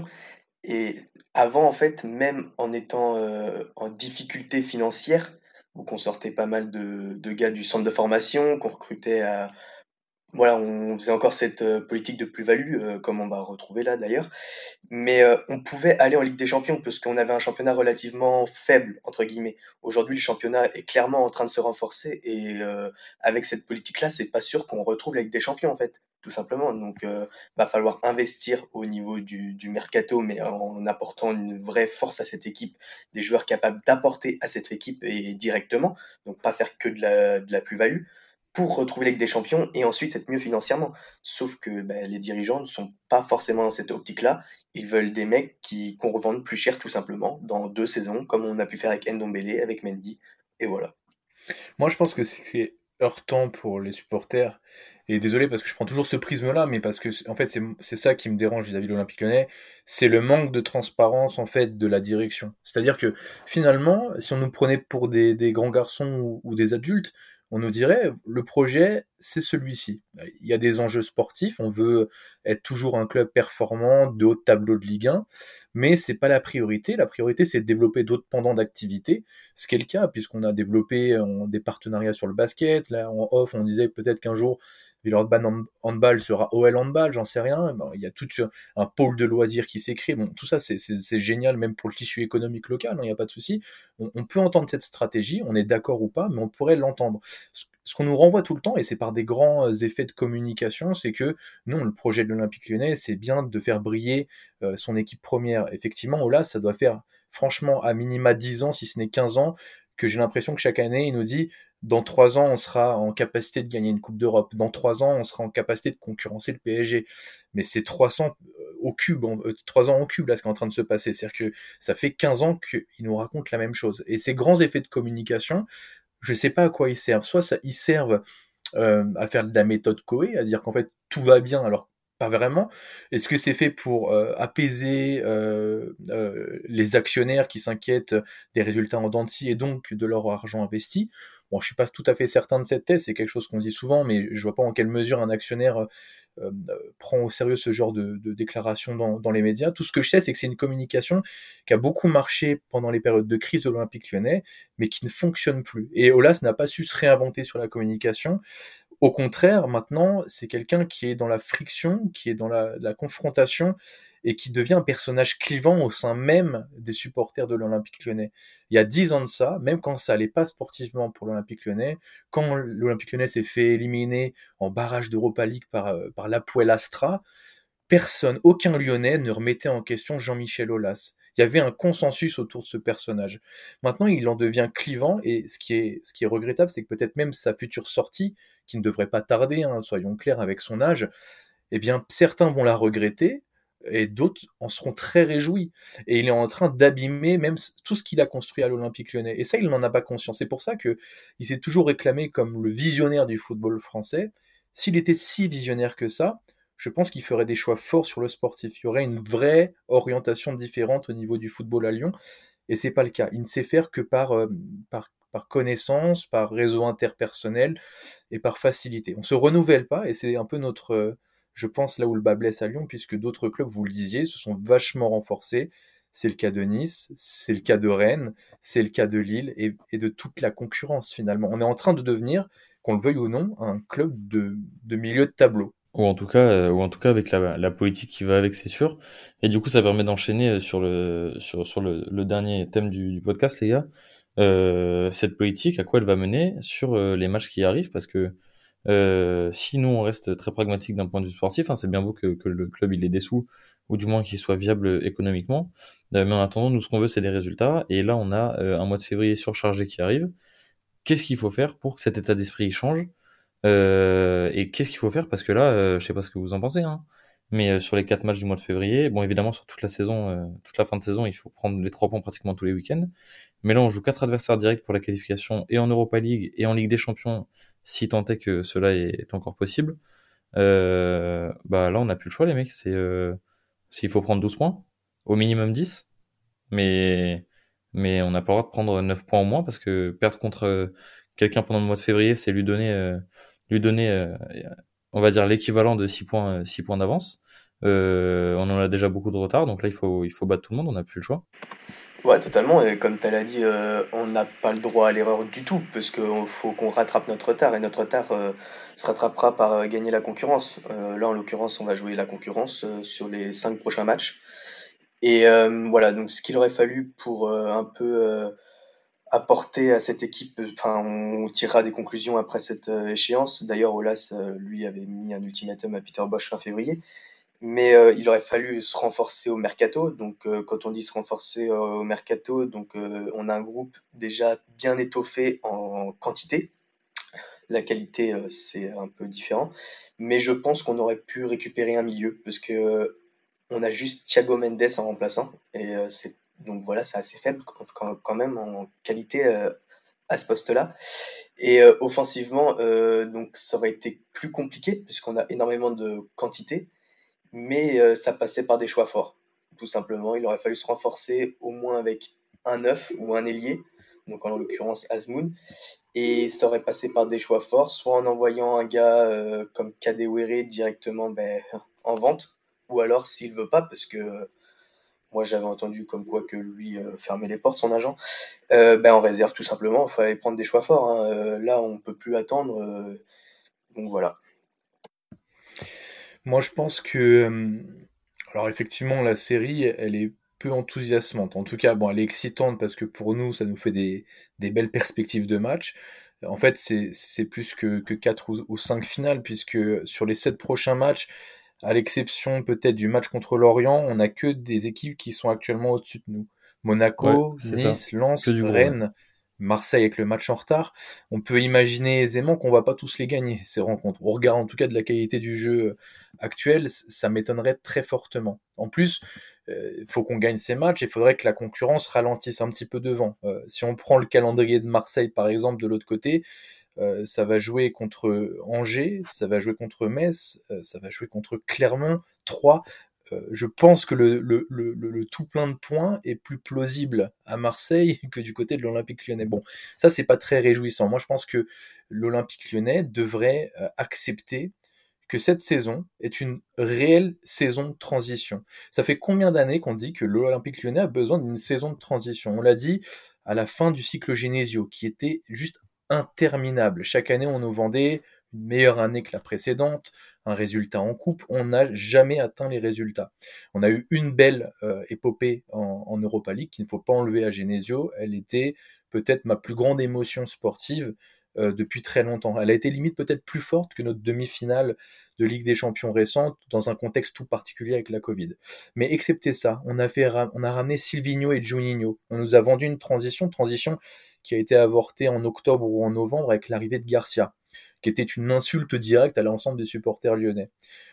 Et avant, en fait, même en étant euh, en difficulté financière, où qu'on sortait pas mal de, de gars du centre de formation, qu'on recrutait à, voilà, on faisait encore cette euh, politique de plus-value, euh, comme on va retrouver là d'ailleurs. Mais euh, on pouvait aller en Ligue des Champions parce qu'on avait un championnat relativement faible, entre guillemets. Aujourd'hui, le championnat est clairement en train de se renforcer et euh, avec cette politique-là, c'est pas sûr qu'on retrouve la Ligue des Champions, en fait, tout simplement. Donc, euh, va falloir investir au niveau du, du mercato, mais en apportant une vraie force à cette équipe, des joueurs capables d'apporter à cette équipe et directement, donc pas faire que de la, de la plus-value pour retrouver la Ligue des Champions et ensuite être mieux financièrement. Sauf que bah, les dirigeants ne sont pas forcément dans cette optique-là. Ils veulent des mecs qui qu'on revende plus cher tout simplement dans deux saisons, comme on a pu faire avec Ndombele, avec Mendy, et voilà. Moi, je pense que c'est heurtant pour les supporters. Et désolé parce que je prends toujours ce prisme-là, mais parce que, en fait, c'est c'est ça qui me dérange vis-à-vis de l'Olympique Lyonnais. C'est le manque de transparence, en fait, de la direction. C'est-à-dire que, finalement, si on nous prenait pour des, des grands garçons ou, ou des adultes, on nous dirait, le projet, c'est celui-ci. Il y a des enjeux sportifs, on veut être toujours un club performant, de haut tableau de Ligue un, mais c'est pas la priorité. La priorité, c'est de développer d'autres pendants d'activité, ce qui est le cas, puisqu'on a développé euh, des partenariats sur le basket. Là, en off, on disait peut-être qu'un jour, Villeurbanne Handball sera O L Handball, j'en sais rien. Bon, il y a tout un pôle de loisirs qui s'écrit. Bon, tout ça, c'est, c'est, c'est génial, même pour le tissu économique local, il n'y a pas de souci. On, on peut entendre cette stratégie, on est d'accord ou pas, mais on pourrait l'entendre. Ce, ce qu'on nous renvoie tout le temps, et c'est par des grands effets de communication, c'est que non, le projet de l'Olympique Lyonnais, c'est bien de faire briller euh, son équipe première. Effectivement, Olas, ça doit faire franchement à minima dix ans, si ce n'est quinze ans, que j'ai l'impression que chaque année, il nous dit dans trois ans, on sera en capacité de gagner une Coupe d'Europe. Dans trois ans, on sera en capacité de concurrencer le P S G. Mais c'est trois cents, au cube, en, euh, trois ans au cube, là, ce qui est en train de se passer. C'est-à-dire que ça fait quinze ans qu'ils nous racontent la même chose. Et ces grands effets de communication, je sais pas à quoi ils servent. Soit ça, ils servent euh, à faire de la méthode Coué, à dire qu'en fait tout va bien, alors pas vraiment. Est-ce que c'est fait pour euh, apaiser euh, euh, les actionnaires qui s'inquiètent des résultats en dents de scie et donc de leur argent investi? Bon, je suis pas tout à fait certain de cette thèse, c'est quelque chose qu'on dit souvent, mais je vois pas en quelle mesure un actionnaire euh, euh, prend au sérieux ce genre de, de déclaration dans, dans les médias. Tout ce que je sais, c'est que c'est une communication qui a beaucoup marché pendant les périodes de crise de l'Olympique Lyonnais, mais qui ne fonctionne plus. Et Aulas n'a pas su se réinventer sur la communication. Au contraire, maintenant, c'est quelqu'un qui est dans la friction, qui est dans la, la confrontation, et qui devient un personnage clivant au sein même des supporters de l'Olympique Lyonnais. Il y a dix ans de ça, même quand ça allait pas sportivement pour l'Olympique Lyonnais, quand l'Olympique Lyonnais s'est fait éliminer en barrage d'Europa League par, par l'Apoel Astra, personne, aucun Lyonnais ne remettait en question Jean-Michel Aulas. Il y avait un consensus autour de ce personnage. Maintenant, il en devient clivant, et ce qui est, ce qui est regrettable, c'est que peut-être même sa future sortie, qui ne devrait pas tarder, hein, soyons clairs avec son âge, eh bien, certains vont la regretter, et d'autres en seront très réjouis. Et il est en train d'abîmer même tout ce qu'il a construit à l'Olympique Lyonnais. Et ça, il n'en a pas conscience. C'est pour ça que il s'est toujours réclamé comme le visionnaire du football français. S'il était si visionnaire que ça, je pense qu'il ferait des choix forts sur le sportif. Il y aurait une vraie orientation différente au niveau du football à Lyon, et c'est pas le cas. Il ne sait faire que par, euh, par, par connaissance, par réseau interpersonnel et par facilité. On se renouvelle pas, et c'est un peu notre, euh, je pense, là où le bas blesse à Lyon, puisque d'autres clubs, vous le disiez, se sont vachement renforcés. C'est le cas de Nice, c'est le cas de Rennes, c'est le cas de Lille, et, et de toute la concurrence finalement. On est en train de devenir, qu'on le veuille ou non, un club de, de milieu de tableau. Ou en tout cas, euh, ou en tout cas avec la, la politique qui va avec, c'est sûr. Et du coup, ça permet d'enchaîner euh, sur le sur sur le, le dernier thème du, du podcast, les gars. Euh, cette politique, à quoi elle va mener sur euh, les matchs qui arrivent, parce que euh, si nous on reste très pragmatique d'un point de vue sportif, hein, c'est bien beau que, que le club il ait des sous, ou du moins qu'il soit viable économiquement. Euh, mais en attendant, nous ce qu'on veut, c'est des résultats. Et là, on a euh, un mois de février surchargé qui arrive. Qu'est-ce qu'il faut faire pour que cet état d'esprit il change? Euh, et qu'est-ce qu'il faut faire? Parce que là, euh, je sais pas ce que vous en pensez, hein, mais euh, sur les quatre matchs du mois de février, bon, évidemment, sur toute la saison, euh, toute la fin de saison, il faut prendre les trois points pratiquement tous les week-ends. Mais là, on joue quatre adversaires directs pour la qualification, et en Europa League, et en Ligue des Champions, si tant est que cela est encore possible. Euh, bah là, on n'a plus le choix, les mecs. C'est, euh, s'il faut prendre douze points, au minimum dix, mais mais on n'a pas le droit de prendre neuf points au moins, parce que perdre contre euh, quelqu'un pendant le mois de février, c'est lui donner euh, lui donner, euh, on va dire, l'équivalent de six points, six points d'avance. Euh, on en a déjà beaucoup de retard, donc là, il faut, il faut battre tout le monde, on n'a plus le choix. Ouais, totalement. Et comme tu l'as dit, euh, on n'a pas le droit à l'erreur du tout, parce qu'il faut qu'on rattrape notre retard, et notre retard euh, se rattrapera par euh, gagner la concurrence. Euh, là, en l'occurrence, on va jouer la concurrence euh, sur les cinq prochains matchs. Et euh, voilà, donc ce qu'il aurait fallu pour euh, un peu euh, apporter à cette équipe, enfin, on tirera des conclusions après cette euh, échéance. D'ailleurs, Aulas, euh, lui, avait mis un ultimatum à Peter Bosz fin février. Mais euh, il aurait fallu se renforcer au mercato. Donc, euh, quand on dit se renforcer euh, au mercato, donc euh, on a un groupe déjà bien étoffé en quantité. La qualité, euh, c'est un peu différent. Mais je pense qu'on aurait pu récupérer un milieu, parce que euh, on a juste Thiago Mendes en remplaçant. Et euh, c'est donc voilà, c'est assez faible quand, quand même en qualité euh, à ce poste-là. Et euh, offensivement, euh, donc ça aurait été plus compliqué, puisqu'on a énormément de quantité. Mais euh, ça passait par des choix forts. Tout simplement, il aurait fallu se renforcer au moins avec un neuf ou un ailier, donc en l'occurrence Azmoun, et ça aurait passé par des choix forts, soit en envoyant un gars euh, comme Kadewere directement ben, en vente, ou alors s'il veut pas, parce que euh, moi j'avais entendu comme quoi que lui euh, fermait les portes, son agent, euh, ben, en réserve tout simplement, il fallait prendre des choix forts. Hein. Euh, là, on peut plus attendre, euh, donc voilà. Moi, je pense que, euh, alors effectivement, la série, elle est peu enthousiasmante. En tout cas, bon, elle est excitante parce que pour nous, ça nous fait des, des belles perspectives de match. En fait, c'est, c'est plus que, que quatre ou, ou cinq finales, puisque sur les sept prochains matchs, à l'exception peut-être du match contre Lorient, on n'a que des équipes qui sont actuellement au-dessus de nous. Ouais, Monaco, c'est ça. Nice, Que Lens, du gros, ouais. Rennes. Marseille avec le match en retard, on peut imaginer aisément qu'on va pas tous les gagner, ces rencontres. Au regard en tout cas de la qualité du jeu actuel, ça m'étonnerait très fortement. En plus, il euh, faut qu'on gagne ces matchs et il faudrait que la concurrence ralentisse un petit peu devant. Euh, si on prend le calendrier de Marseille par exemple de l'autre côté, euh, ça va jouer contre Angers, ça va jouer contre Metz, euh, ça va jouer contre Clermont, Troyes. Euh, je pense que le, le, le, le tout plein de points est plus plausible à Marseille que du côté de l'Olympique Lyonnais. Bon, ça c'est pas très réjouissant. Moi je pense que l'Olympique Lyonnais devrait euh, accepter que cette saison est une réelle saison de transition. Ça fait combien d'années qu'on dit que l'Olympique Lyonnais a besoin d'une saison de transition? On l'a dit à la fin du cycle Genesio, qui était juste interminable. Chaque année, on nous vendait une meilleure année que la précédente, un résultat en coupe. On n'a jamais atteint les résultats. On a eu une belle euh, épopée en, en Europa League qu'il ne faut pas enlever à Genesio. Elle était peut-être ma plus grande émotion sportive euh, depuis très longtemps. Elle a été limite peut-être plus forte que notre demi-finale de Ligue des Champions récente dans un contexte tout particulier avec la Covid. Mais excepté ça, on a, fait, on a ramené Silvinho et Juninho. On nous a vendu une transition, transition qui a été avortée en octobre ou en novembre avec l'arrivée de Garcia, qui était une insulte directe à l'ensemble des supporters lyonnais.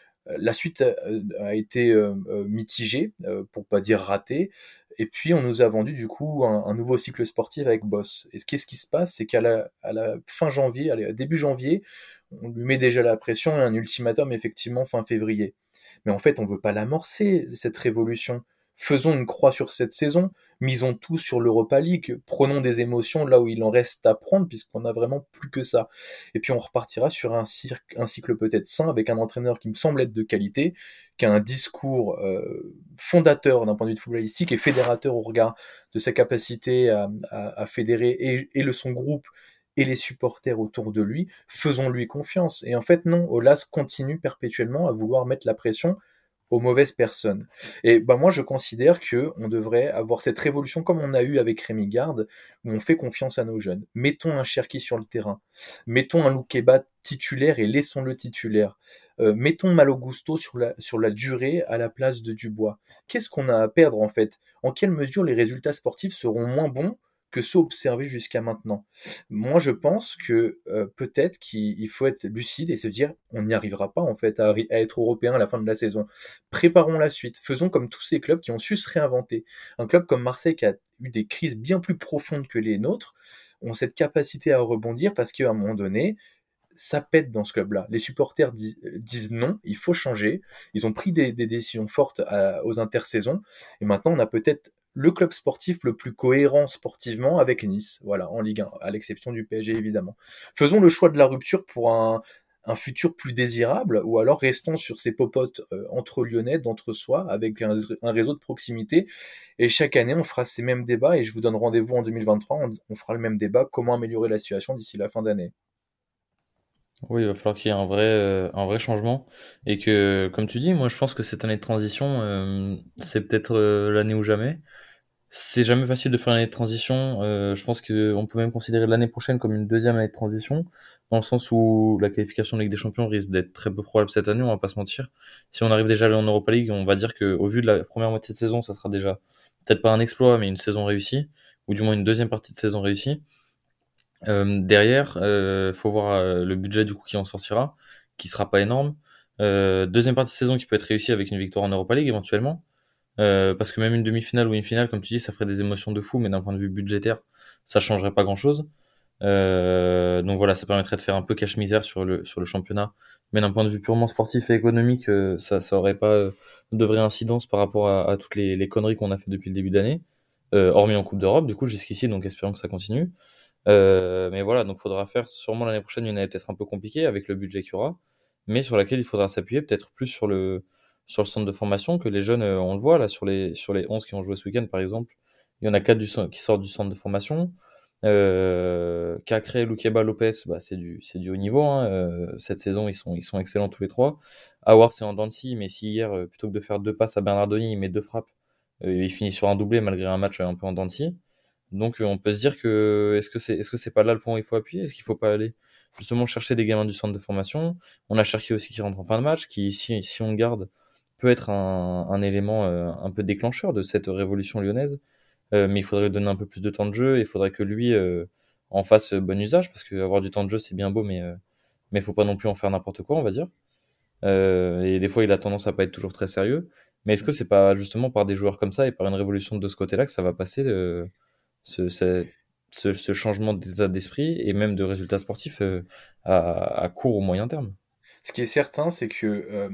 La suite a été mitigée, pour pas dire ratée, et puis on nous a vendu du coup un, un nouveau cycle sportif avec Boss. Et qu'est-ce qui se passe, c'est qu'à la, à la fin janvier, à début janvier, on lui met déjà la pression et un ultimatum effectivement fin février. Mais en fait, on veut pas l'amorcer, cette révolution. Faisons une croix sur cette saison, misons tout sur l'Europa League, prenons des émotions là où il en reste à prendre, puisqu'on a vraiment plus que ça. Et puis on repartira sur un, cirque, un cycle peut-être sain, avec un entraîneur qui me semble être de qualité, qui a un discours euh, fondateur d'un point de vue footballistique et fédérateur au regard de sa capacité à, à, à fédérer et, et le son groupe et les supporters autour de lui. Faisons-lui confiance. Et en fait, non, Aulas continue perpétuellement à vouloir mettre la pression aux mauvaises personnes. Et ben moi je considère que on devrait avoir cette révolution comme on a eu avec Rémi Garde, où on fait confiance à nos jeunes. Mettons un Cherki sur le terrain, mettons un Loukeba titulaire et laissons-le titulaire. Euh, mettons Malo Gusto sur la, sur la durée à la place de Dubois. Qu'est-ce qu'on a à perdre en fait? En quelle mesure les résultats sportifs seront moins bons que ceux observés jusqu'à maintenant? Moi, je pense que euh, peut-être qu'il faut être lucide et se dire on n'y arrivera pas en fait à, à être européen à la fin de la saison. Préparons la suite. Faisons comme tous ces clubs qui ont su se réinventer. Un club comme Marseille qui a eu des crises bien plus profondes que les nôtres ont cette capacité à rebondir parce qu'à un moment donné, ça pète dans ce club-là. Les supporters dis, disent non, il faut changer. Ils ont pris des, des décisions fortes à, aux intersaisons et maintenant on a peut-être le club sportif le plus cohérent sportivement avec Nice, voilà, en Ligue un, à l'exception du P S G évidemment. Faisons le choix de la rupture pour un, un futur plus désirable, ou alors restons sur ces popotes euh, entre Lyonnais, d'entre soi, avec un, un réseau de proximité, et chaque année on fera ces mêmes débats, et je vous donne rendez-vous en deux mille vingt-trois, on, on fera le même débat, comment améliorer la situation d'ici la fin d'année. Oui, il va falloir qu'il y ait un vrai, euh, un vrai changement. Et que, comme tu dis, moi je pense que cette année de transition, euh, c'est peut-être euh, l'année ou jamais. C'est jamais facile de faire une année de transition. Euh, je pense qu'on peut même considérer l'année prochaine comme une deuxième année de transition, dans le sens où la qualification de Ligue des Champions risque d'être très peu probable cette année, on va pas se mentir. Si on arrive déjà à aller en Europa League, on va dire que au vu de la première moitié de saison, ça sera déjà peut-être pas un exploit, mais une saison réussie, ou du moins une deuxième partie de saison réussie. Euh, derrière, euh, faut voir euh, le budget du coup qui en sortira, qui sera pas énorme. Euh, deuxième partie de saison qui peut être réussie avec une victoire en Europa League éventuellement. Euh, parce que même une demi-finale ou une finale, comme tu dis, ça ferait des émotions de fou, mais d'un point de vue budgétaire, ça changerait pas grand-chose. Euh, donc voilà, ça permettrait de faire un peu cache-misère sur le sur le championnat, mais d'un point de vue purement sportif et économique, euh, ça ça aurait pas euh, de vraie incidence par rapport à, à toutes les, les conneries qu'on a fait depuis le début d'année, euh, hormis en Coupe d'Europe, du coup jusqu'ici, donc espérons que ça continue. Euh, mais voilà, donc faudra faire sûrement l'année prochaine une année peut-être un peu compliquée avec le budget qu'il y aura, mais sur laquelle il faudra s'appuyer peut-être plus sur le sur le centre de formation que les jeunes, euh, on le voit là sur les sur les onze qui ont joué ce week-end par exemple, il y en a quatre du, qui sortent du centre de formation. Euh, Cacré, Loukeba, Lopez, bah c'est du c'est du haut niveau. Hein. Euh, cette saison ils sont ils sont excellents tous les trois. Awar c'est en dents de scie, mais si hier euh, plutôt que de faire deux passes à Bernardoni il met deux frappes, euh, il finit sur un doublé malgré un match un peu en dents de scie. Donc euh, on peut se dire que est-ce que c'est est-ce que c'est pas là le point où il faut appuyer? Est-ce qu'il faut pas aller justement chercher des gamins du centre de formation? On a Cherki aussi qui rentre en fin de match, qui si si on le garde peut être un, un élément euh, un peu déclencheur de cette révolution lyonnaise. euh, mais il faudrait lui donner un peu plus de temps de jeu, et il faudrait que lui euh, en fasse bon usage, parce que avoir du temps de jeu c'est bien beau, mais euh, mais faut pas non plus en faire n'importe quoi, on va dire. Euh, et des fois, il a tendance à pas être toujours très sérieux. Mais est-ce que c'est pas justement par des joueurs comme ça et par une révolution de ce côté-là que ça va passer, euh, ce, ce, ce, ce changement d'état d'esprit et même de résultats sportifs euh, à, à court ou moyen terme? Ce qui est certain, c'est que euh,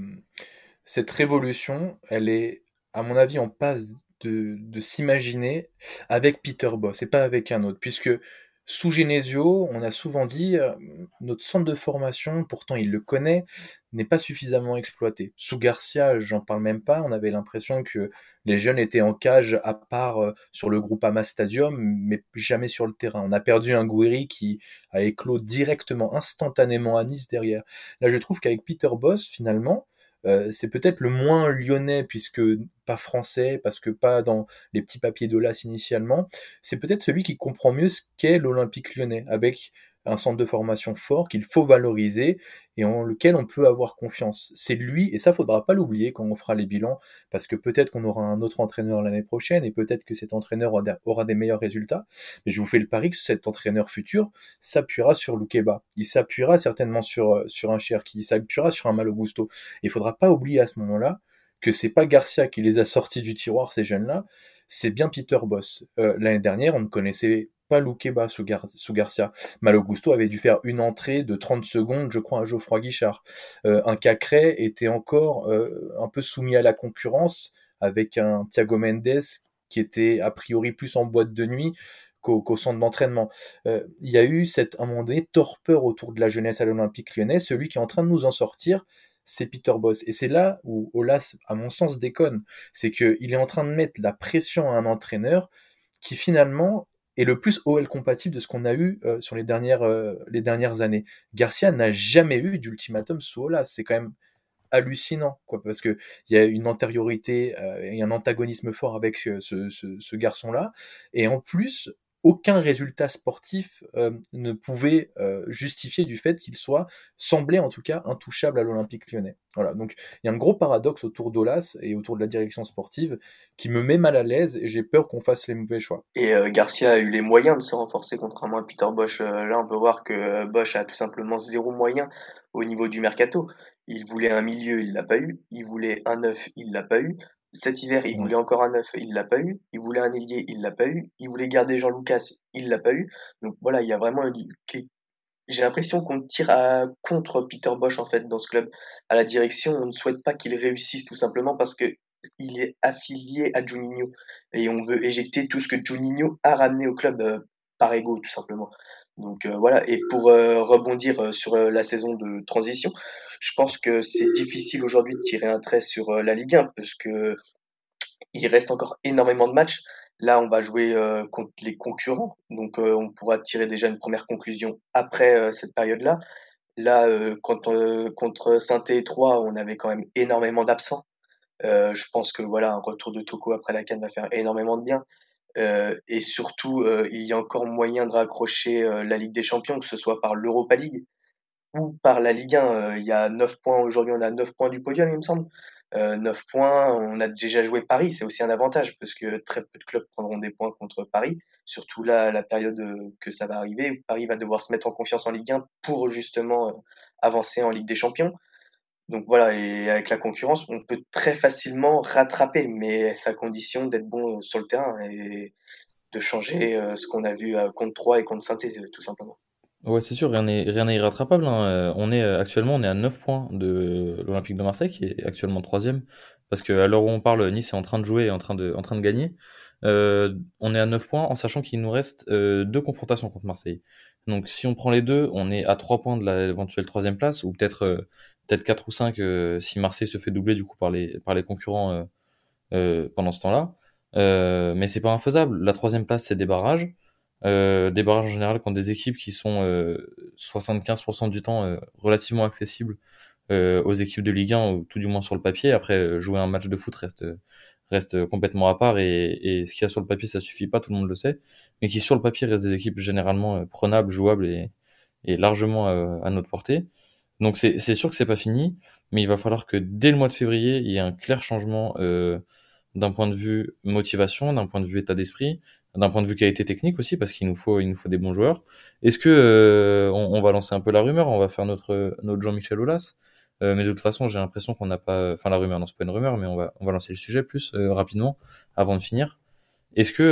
cette révolution, elle est, à mon avis, en passe de, de s'imaginer avec Peter Bosz et pas avec un autre, puisque sous Genesio, on a souvent dit euh, notre centre de formation, pourtant il le connaît, n'est pas suffisamment exploité. Sous Garcia, j'en parle même pas, on avait l'impression que les jeunes étaient en cage à part euh, sur le Groupama Stadium, mais jamais sur le terrain. On a perdu un Gouiri qui a éclos directement, instantanément à Nice derrière. Là, je trouve qu'avec Peter Bosz, finalement, euh, c'est peut-être le moins lyonnais, puisque pas français, parce que pas dans les petits papiers de l'A S initialement. C'est peut-être celui qui comprend mieux ce qu'est l'Olympique lyonnais, avec un centre de formation fort qu'il faut valoriser et en lequel on peut avoir confiance. C'est lui, et ça faudra pas l'oublier quand on fera les bilans, parce que peut-être qu'on aura un autre entraîneur l'année prochaine, et peut-être que cet entraîneur aura des meilleurs résultats, mais je vous fais le pari que cet entraîneur futur s'appuiera sur Loukeba, il s'appuiera certainement sur, sur un Cherki, il s'appuiera sur un Malo Gusto. Il faudra pas oublier à ce moment-là que c'est pas Garcia qui les a sortis du tiroir, ces jeunes-là, c'est bien Peter Bosz. Euh, l'année dernière, on ne connaissait pas Loukeba sous, Gar- sous Garcia. Malo Gusto avait dû faire une entrée de trente secondes, je crois, à Geoffroy Guichard. Euh, un Cacré était encore euh, un peu soumis à la concurrence, avec un Thiago Mendes qui était a priori plus en boîte de nuit qu'au, qu'au centre d'entraînement. Euh, il y a eu cette, à un moment donné, torpeur autour de la jeunesse à l'Olympique lyonnais. Celui qui est en train de nous en sortir, c'est Peter Bosz. Et c'est là où Aulas, à mon sens, déconne. C'est qu'il est en train de mettre la pression à un entraîneur qui, finalement, est le plus O L compatible de ce qu'on a eu euh, sur les dernières, euh, les dernières années. Garcia n'a jamais eu d'ultimatum sous Aulas. C'est quand même hallucinant, quoi, parce que il y a une antériorité euh, et un antagonisme fort avec ce, ce, ce, ce garçon-là. Et en plus, aucun résultat sportif euh, ne pouvait euh, justifier du fait qu'il soit, semblait en tout cas, intouchable à l'Olympique lyonnais. Voilà, donc il y a un gros paradoxe autour d'Aulas et autour de la direction sportive qui me met mal à l'aise et j'ai peur qu'on fasse les mauvais choix. Et euh, Garcia a eu les moyens de se renforcer contrairement à Peter Bosz. Euh, là, on peut voir que euh, Bosz a tout simplement zéro moyen au niveau du mercato. Il voulait un milieu, il l'a pas eu. Il voulait un neuf, il l'a pas eu. Cet hiver, il Mm. voulait encore un neuf, il l'a pas eu. Il voulait un ailier, il l'a pas eu. Il voulait garder Jean Lucas, il l'a pas eu. Donc voilà, il y a vraiment une... J'ai l'impression qu'on tire à... contre Peter Bosz en fait dans ce club. À la direction, on ne souhaite pas qu'il réussisse tout simplement parce que il est affilié à Juninho et on veut éjecter tout ce que Juninho a ramené au club euh, par ego tout simplement. Donc euh, voilà, et pour euh, rebondir euh, sur euh, la saison de transition, je pense que c'est difficile aujourd'hui de tirer un trait sur euh, la Ligue un parce que il reste encore énormément de matchs. Là, on va jouer euh, contre les concurrents, donc euh, on pourra tirer déjà une première conclusion après euh, cette période-là. Là, euh, contre, euh, contre Saint-Étienne et Troyes, on avait quand même énormément d'absents. Euh, je pense que voilà, un retour de Toko après la CAN va faire énormément de bien. Euh, et surtout, euh, il y a encore moyen de raccrocher euh, la Ligue des Champions, que ce soit par l'Europa League ou par la Ligue un. Euh, il y a neuf points aujourd'hui, on a neuf points du podium, il me semble. Euh, neuf points, on a déjà joué Paris, c'est aussi un avantage parce que très peu de clubs prendront des points contre Paris, surtout là, la période euh, que ça va arriver, où Paris va devoir se mettre en confiance en Ligue un pour justement euh, avancer en Ligue des Champions. Donc voilà, et avec la concurrence, on peut très facilement rattraper, mais c'est à condition d'être bon sur le terrain et de changer euh, ce qu'on a vu euh, contre Troyes et contre Saint-Étienne, tout simplement. Ouais, c'est sûr, rien n'est rien n'est irrattrapable, hein. Euh, On est euh, actuellement, on est à neuf points de l'Olympique de Marseille, qui est actuellement troisième, parce que à l'heure où on parle, Nice est en train de jouer et en train de, en train de gagner. Euh, on est à neuf points, en sachant qu'il nous reste euh, deux confrontations contre Marseille. Donc, si on prend les deux, on est à trois points de l'éventuelle troisième place, ou peut-être euh, peut-être quatre ou cinq euh, si Marseille se fait doubler du coup par les par les concurrents euh, euh, pendant ce temps-là. Euh, mais c'est pas infaisable. La troisième place, c'est des barrages. Euh, des barrages en général contre des équipes qui sont euh, soixante-quinze pour cent du temps euh, relativement accessibles euh, aux équipes de Ligue un, ou tout du moins sur le papier. Après, euh, jouer un match de foot reste reste complètement à part, et, et ce qu'il y a sur le papier, ça suffit pas, tout le monde le sait, mais qui sur le papier restent des équipes généralement euh, prenables, jouables et, et largement euh, à notre portée. Donc c'est c'est sûr que c'est pas fini, mais il va falloir que dès le mois de février, il y ait un clair changement euh, d'un point de vue motivation, d'un point de vue état d'esprit, d'un point de vue qualité technique aussi, parce qu'il nous faut, il nous faut des bons joueurs. Est-ce que euh, on, on va lancer un peu la rumeur, on va faire notre notre Jean-Michel Aulas, euh, mais de toute façon, j'ai l'impression qu'on n'a pas, enfin la rumeur, non, c'est pas une rumeur, mais on va on va lancer le sujet plus euh, rapidement avant de finir. Est-ce que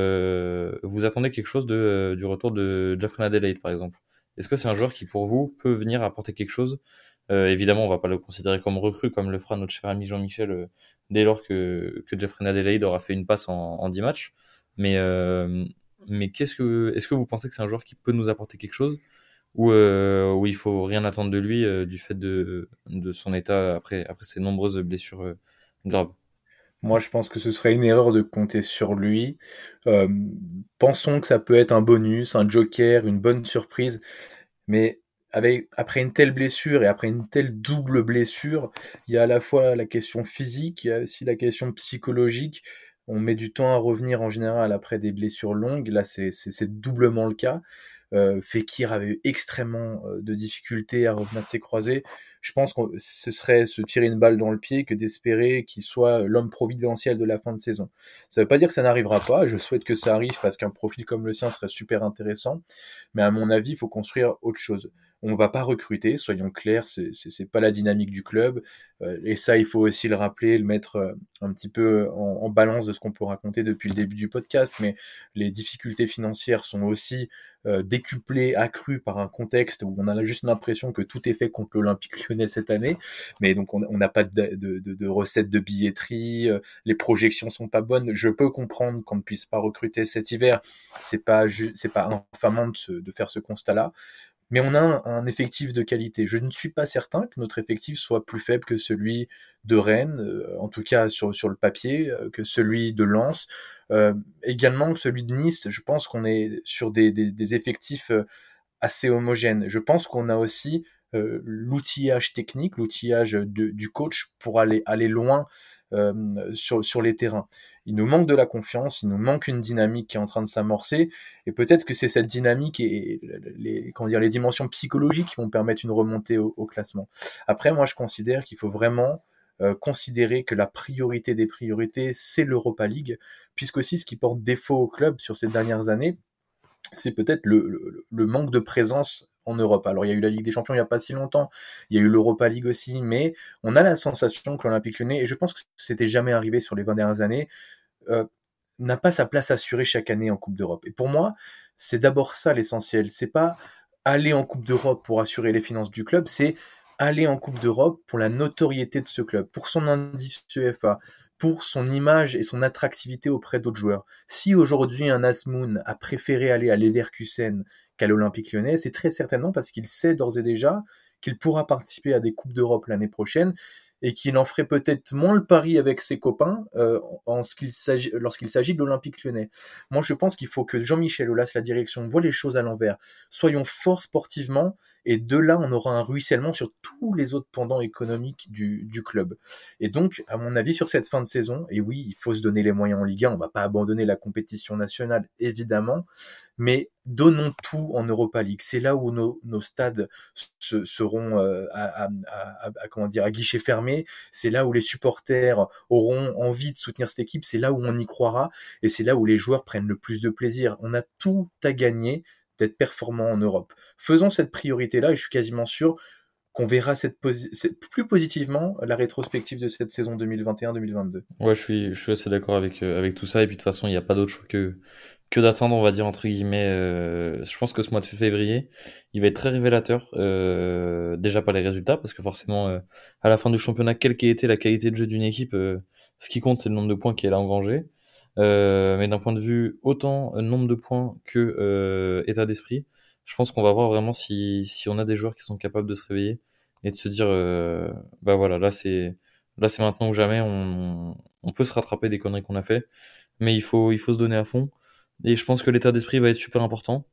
euh, vous attendez quelque chose de euh, du retour de Jeffrey Adelaide, par exemple? Est-ce que c'est un joueur qui, pour vous, peut venir apporter quelque chose? Euh, évidemment, on va pas le considérer comme recrue, comme le fera notre cher ami Jean-Michel, euh, dès lors que, que Jeffrey Adelaide aura fait une passe en, en dix matchs. Mais, euh, mais qu'est-ce que, est-ce que vous pensez que c'est un joueur qui peut nous apporter quelque chose, ou euh, où il faut rien attendre de lui euh, du fait de, de son état après, après ses nombreuses blessures euh, graves? Moi, je pense que ce serait une erreur de compter sur lui. Euh, Pensons que ça peut être un bonus, un joker, une bonne surprise. Mais avec, après une telle blessure et après une telle double blessure, il y a à la fois la question physique, il y a aussi la question psychologique. On met du temps à revenir en général après des blessures longues. Là, c'est c'est- c'est doublement le cas. Euh, Fekir avait eu extrêmement euh, de difficultés à revenir de ses croisés. Je pense que ce serait se tirer une balle dans le pied que d'espérer qu'il soit l'homme providentiel de la fin de saison. Ça ne veut pas dire que ça n'arrivera pas. Je souhaite que ça arrive parce qu'un profil comme le sien serait super intéressant. Mais à mon avis, il faut construire autre chose. On va pas recruter, soyons clairs, c'est c'est c'est pas la dynamique du club. Euh, et ça, il faut aussi le rappeler, le mettre euh, un petit peu en, en balance de ce qu'on peut raconter depuis le début du podcast. Mais les difficultés financières sont aussi euh, décuplées, accrues par un contexte où on a juste l'impression que tout est fait contre l'Olympique Lyonnais cette année. Mais donc on on n'a pas de, de, de, de recettes de billetterie, euh, les projections sont pas bonnes. Je peux comprendre qu'on ne puisse pas recruter cet hiver. C'est pas ju- c'est pas infamant de, se- de faire ce constat-là. Mais on a un, un effectif de qualité. Je ne suis pas certain que notre effectif soit plus faible que celui de Rennes, euh, en tout cas sur, sur le papier, euh, que celui de Lens, euh, également que celui de Nice. Je pense qu'on est sur des, des, des effectifs euh, assez homogènes. Je pense qu'on a aussi euh, l'outillage technique, l'outillage de- du coach pour aller, aller loin euh, sur, sur les terrains. Il nous manque de la confiance, il nous manque une dynamique qui est en train de s'amorcer, et peut-être que c'est cette dynamique et les, comment dire, les dimensions psychologiques qui vont permettre une remontée au, au classement. Après, moi, je considère qu'il faut vraiment euh, considérer que la priorité des priorités, c'est l'Europa League, puisqu'aussi ce qui porte défaut au club sur ces dernières années, c'est peut-être le, le, le manque de présence en Europe. Alors il y a eu la Ligue des Champions il n'y a pas si longtemps, il y a eu l'Europa League aussi, mais on a la sensation que l'Olympique Lyonnais, et je pense que c'était jamais arrivé sur les vingt dernières années, euh, n'a pas sa place assurée chaque année en Coupe d'Europe. Et pour moi, c'est d'abord ça l'essentiel. C'est pas aller en Coupe d'Europe pour assurer les finances du club, c'est aller en Coupe d'Europe pour la notoriété de ce club, pour son indice U E F A, pour son image et son attractivité auprès d'autres joueurs. Si aujourd'hui un Asmoun a préféré aller à Leverkusen qu'à l'Olympique Lyonnais, c'est très certainement parce qu'il sait d'ores et déjà qu'il pourra participer à des Coupes d'Europe l'année prochaine et qu'il en ferait peut-être moins le pari avec ses copains euh, en ce qu'il s'agit, lorsqu'il s'agit de l'Olympique Lyonnais. Moi, je pense qu'il faut que Jean-Michel Aulas, la direction, voit les choses à l'envers. Soyons forts sportivement, et de là, on aura un ruissellement sur tous les autres pendants économiques du, du club. Et donc, à mon avis, sur cette fin de saison, et oui, il faut se donner les moyens en Ligue un, on va pas abandonner la compétition nationale, évidemment, mais donnons tout en Europa League. C'est là où nos, nos stades se, seront euh, à, à, à, à, comment dire, à guichet fermé. C'est là où les supporters auront envie de soutenir cette équipe. C'est là où on y croira. Et c'est là où les joueurs prennent le plus de plaisir. On a tout à gagner d'être performant en Europe. Faisons cette priorité-là et je suis quasiment sûr qu'on verra cette posi- cette, plus positivement la rétrospective de cette saison deux mille vingt et un deux mille vingt-deux. Ouais, je suis, je suis assez d'accord avec, euh, avec tout ça. Et puis de toute façon, il n'y a pas d'autre choix que, que d'attendre, on va dire, entre guillemets. Euh, je pense que ce mois de février, il va être très révélateur. Euh, déjà pas les résultats, parce que forcément, euh, à la fin du championnat, quelle qu'ait été la qualité de jeu d'une équipe, euh, ce qui compte, c'est le nombre de points qu'elle a engrangé. Euh, mais d'un point de vue autant euh, nombre de points que euh, état d'esprit, je pense qu'on va voir vraiment si, si on a des joueurs qui sont capables de se réveiller et de se dire, euh, bah voilà, là c'est là c'est maintenant ou jamais. On, on peut se rattraper des conneries qu'on a fait, mais il faut il faut se donner à fond. Et je pense que l'état d'esprit va être super important.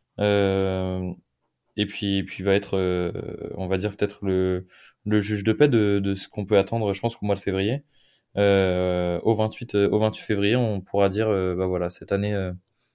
Euh, et puis, puis va être, euh, on va dire peut-être le, le juge de paix de, de ce qu'on peut attendre, je pense, qu'au mois de février. Euh, au vingt-huit, euh, au vingt-huit février, on pourra dire, euh, bah voilà, cette année, euh,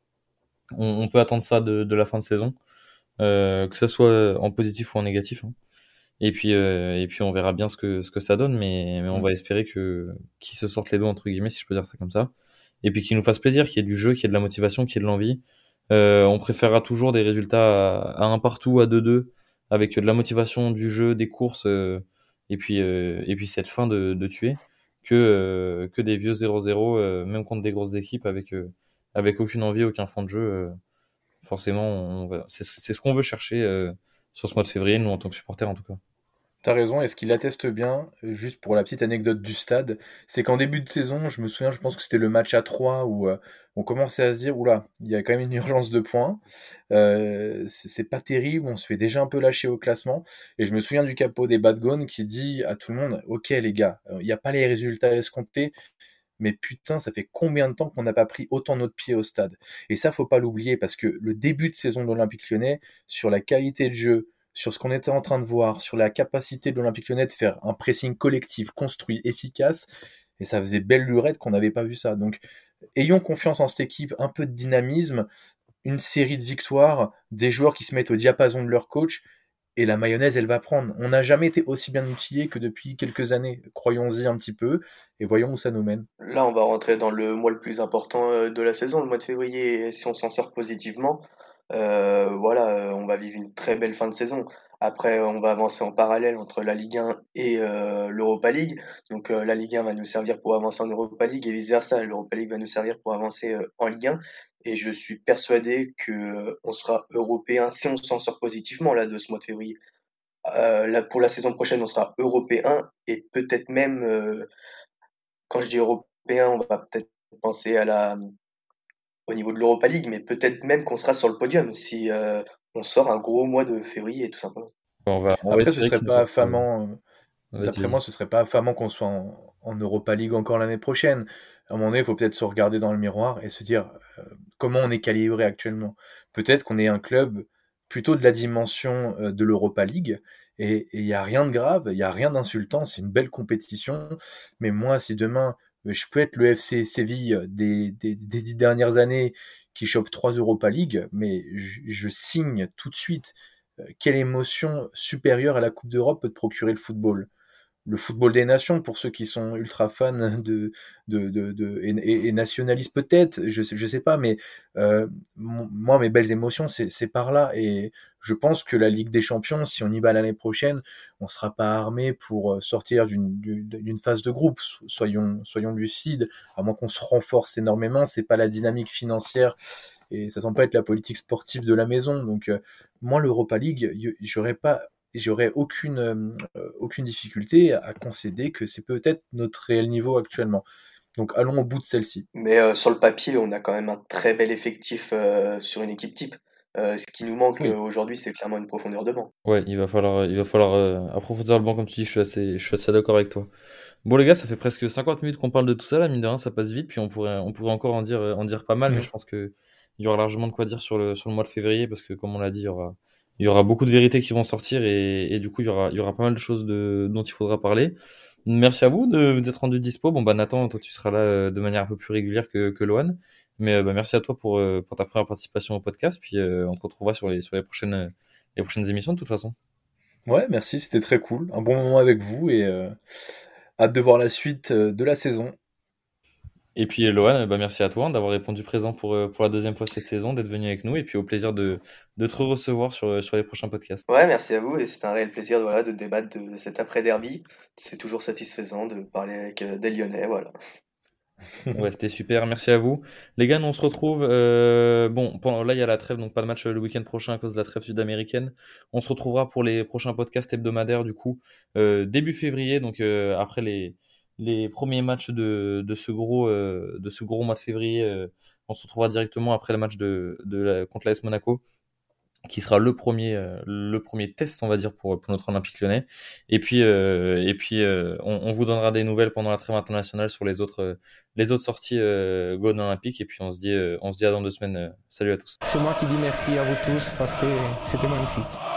on, on peut attendre ça de, de la fin de saison, euh, que ça soit en positif ou en négatif, hein. Et puis, euh, et puis on verra bien ce que, ce que ça donne, mais, mais on Mm. va espérer que, qu'ils se sortent les dos, entre guillemets, si je peux dire ça comme ça. Et puis qu'ils nous fassent plaisir, qu'il y ait du jeu, qu'il y ait de la motivation, qu'il y ait de l'envie. Euh, on préférera toujours des résultats à, à un partout, à deux deux, avec de la motivation, du jeu, des courses, euh, et puis, euh, et puis cette fin de, de tuer, que, euh, que des vieux zéro zéro, euh, même contre des grosses équipes, avec, euh, avec aucune envie, aucun fond de jeu. Euh, forcément, on va- c'est, c'est ce qu'on veut chercher euh, sur ce mois de février, nous en tant que supporters en tout cas. T'as raison, et ce qui l'atteste bien, euh, juste pour la petite anecdote du stade, c'est qu'en début de saison, je me souviens, je pense que c'était le match à trois où euh, on commençait à se dire, oula, il y a quand même une urgence de points, euh, c'est c'est pas terrible, on se fait déjà un peu lâcher au classement, et je me souviens du capot des Bad Gone qui dit à tout le monde, ok les gars, euh, il n'y a pas les résultats escomptés, mais putain, ça fait combien de temps qu'on n'a pas pris autant notre pied au stade? Et ça, faut pas l'oublier, parce que le début de saison de l'Olympique Lyonnais, sur la qualité de jeu, sur ce qu'on était en train de voir, sur la capacité de l'Olympique Lyonnais de faire un pressing collectif, construit, efficace, et ça faisait belle lurette qu'on n'avait pas vu ça. Donc, ayons confiance en cette équipe, un peu de dynamisme, une série de victoires, des joueurs qui se mettent au diapason de leur coach, et la mayonnaise, elle va prendre. On n'a jamais été aussi bien outillé que depuis quelques années. Croyons-y un petit peu, et voyons où ça nous mène. Là, on va rentrer dans le mois le plus important euh, de la saison, le mois de février. Et si on s'en sort positivement, euh, voilà, euh, on va vivre une très belle fin de saison. Après, on va avancer en parallèle entre la Ligue un et euh, l'Europa League. Donc, euh, la Ligue un va nous servir pour avancer en Europa League et vice-versa. L'Europa League va nous servir pour avancer euh, en Ligue un. Et je suis persuadé que euh, on sera européen si on s'en sort positivement là de ce mois de février. Euh, là, pour la saison prochaine, on sera européen et peut-être même, euh, quand je dis européen, on va peut-être penser à la, au niveau de l'Europa League, mais peut-être même qu'on sera sur le podium si euh, on sort un gros mois de février, tout simplement. On va, on va Après, ce espérer serait qu'ils nous pas sortent, euh, affamant. euh, vas-y, D'après vas-y. moi, ce serait pas affamant qu'on soit en, en Europa League encore l'année prochaine. À un moment donné, il faut peut-être se regarder dans le miroir et se dire euh, comment on est calibré actuellement. Peut-être qu'on est un club plutôt de la dimension euh, de l'Europa League et il y a rien de grave, il y a rien d'insultant, c'est une belle compétition. Mais moi, si demain euh, je peux être le F C Séville des, des, des dix dernières années qui chope trois Europa League, mais je, je signe tout de suite. Euh, Quelle émotion supérieure à la Coupe d'Europe peut te procurer le football? Le football des nations, pour ceux qui sont ultra fans de, de, de, de et, et, et nationalistes peut-être, je sais, je sais pas, mais euh, mon- moi mes belles émotions c'est c'est par là et je pense que la Ligue des Champions, si on y va l'année prochaine, on sera pas armé pour euh, sortir d'une d'une d'une phase de groupe. So- Soyons soyons lucides, à moins qu'on se renforce énormément, c'est pas la dynamique financière et ça semble pas être la politique sportive de la maison. Donc euh, moi l'Europa League, y- j'aurais pas j'aurais aucune, euh, aucune difficulté à concéder que c'est peut-être notre réel niveau actuellement. Donc allons au bout de celle-ci. Mais euh, sur le papier, on a quand même un très bel effectif euh, sur une équipe type. Euh, ce qui nous manque euh, Oui. aujourd'hui, c'est clairement une profondeur de banc. Ouais, il va falloir, il va falloir euh, approfondir le banc comme tu dis, je suis assez, je suis assez d'accord avec toi. Bon les gars, ça fait presque cinquante minutes qu'on parle de tout ça, là, mine de rien, ça passe vite, puis on pourrait, on pourrait encore en dire, en dire pas mal, mais je pense que il y aura largement de quoi dire sur le, sur le mois de février, parce que comme on l'a dit, il y aura, il y aura beaucoup de vérités qui vont sortir, et, et du coup, il y aura, il y aura pas mal de choses de, dont il faudra parler. Merci à vous de vous être rendu dispo. Bon bah Nathan, toi tu seras là euh, de manière un peu plus régulière que, que Loan, mais euh, bah, merci à toi pour, euh, pour ta première participation au podcast, puis euh, on te retrouvera sur les, sur les prochaines, euh, les prochaines émissions de toute façon. Ouais, merci, c'était très cool. Un bon moment avec vous et euh, hâte de voir la suite euh, de la saison. Et puis Lohan, bah merci à toi d'avoir répondu présent pour, euh, pour la deuxième fois cette saison, d'être venu avec nous, et puis au plaisir de, de te recevoir sur, sur les prochains podcasts. Ouais, merci à vous et c'est un réel plaisir voilà, de débattre de cet après-derby. C'est toujours satisfaisant de parler avec euh, des Lyonnais, voilà. Ouais, c'était super, merci à vous. Les gars, nous on se retrouve. Euh, bon, pendant, là il y a la trêve, donc pas de match euh, le week-end prochain à cause de la trêve sud-américaine. On se retrouvera pour les prochains podcasts hebdomadaires, du coup, euh, début février, donc euh, après les, les premiers matchs de, de, ce gros, euh, de ce gros mois de février. Euh, on se retrouvera directement après le match de, de la, contre l'A S Monaco, qui sera le premier, euh, le premier test, on va dire, pour, pour notre Olympique Lyonnais. Et puis, euh, et puis euh, on, on vous donnera des nouvelles pendant la trêve internationale sur les autres, euh, les autres sorties euh, Golden Olympique. Et puis on se dit, euh, on se dit à dans deux semaines. Euh, salut à tous. C'est moi qui dis merci à vous tous parce que c'était magnifique.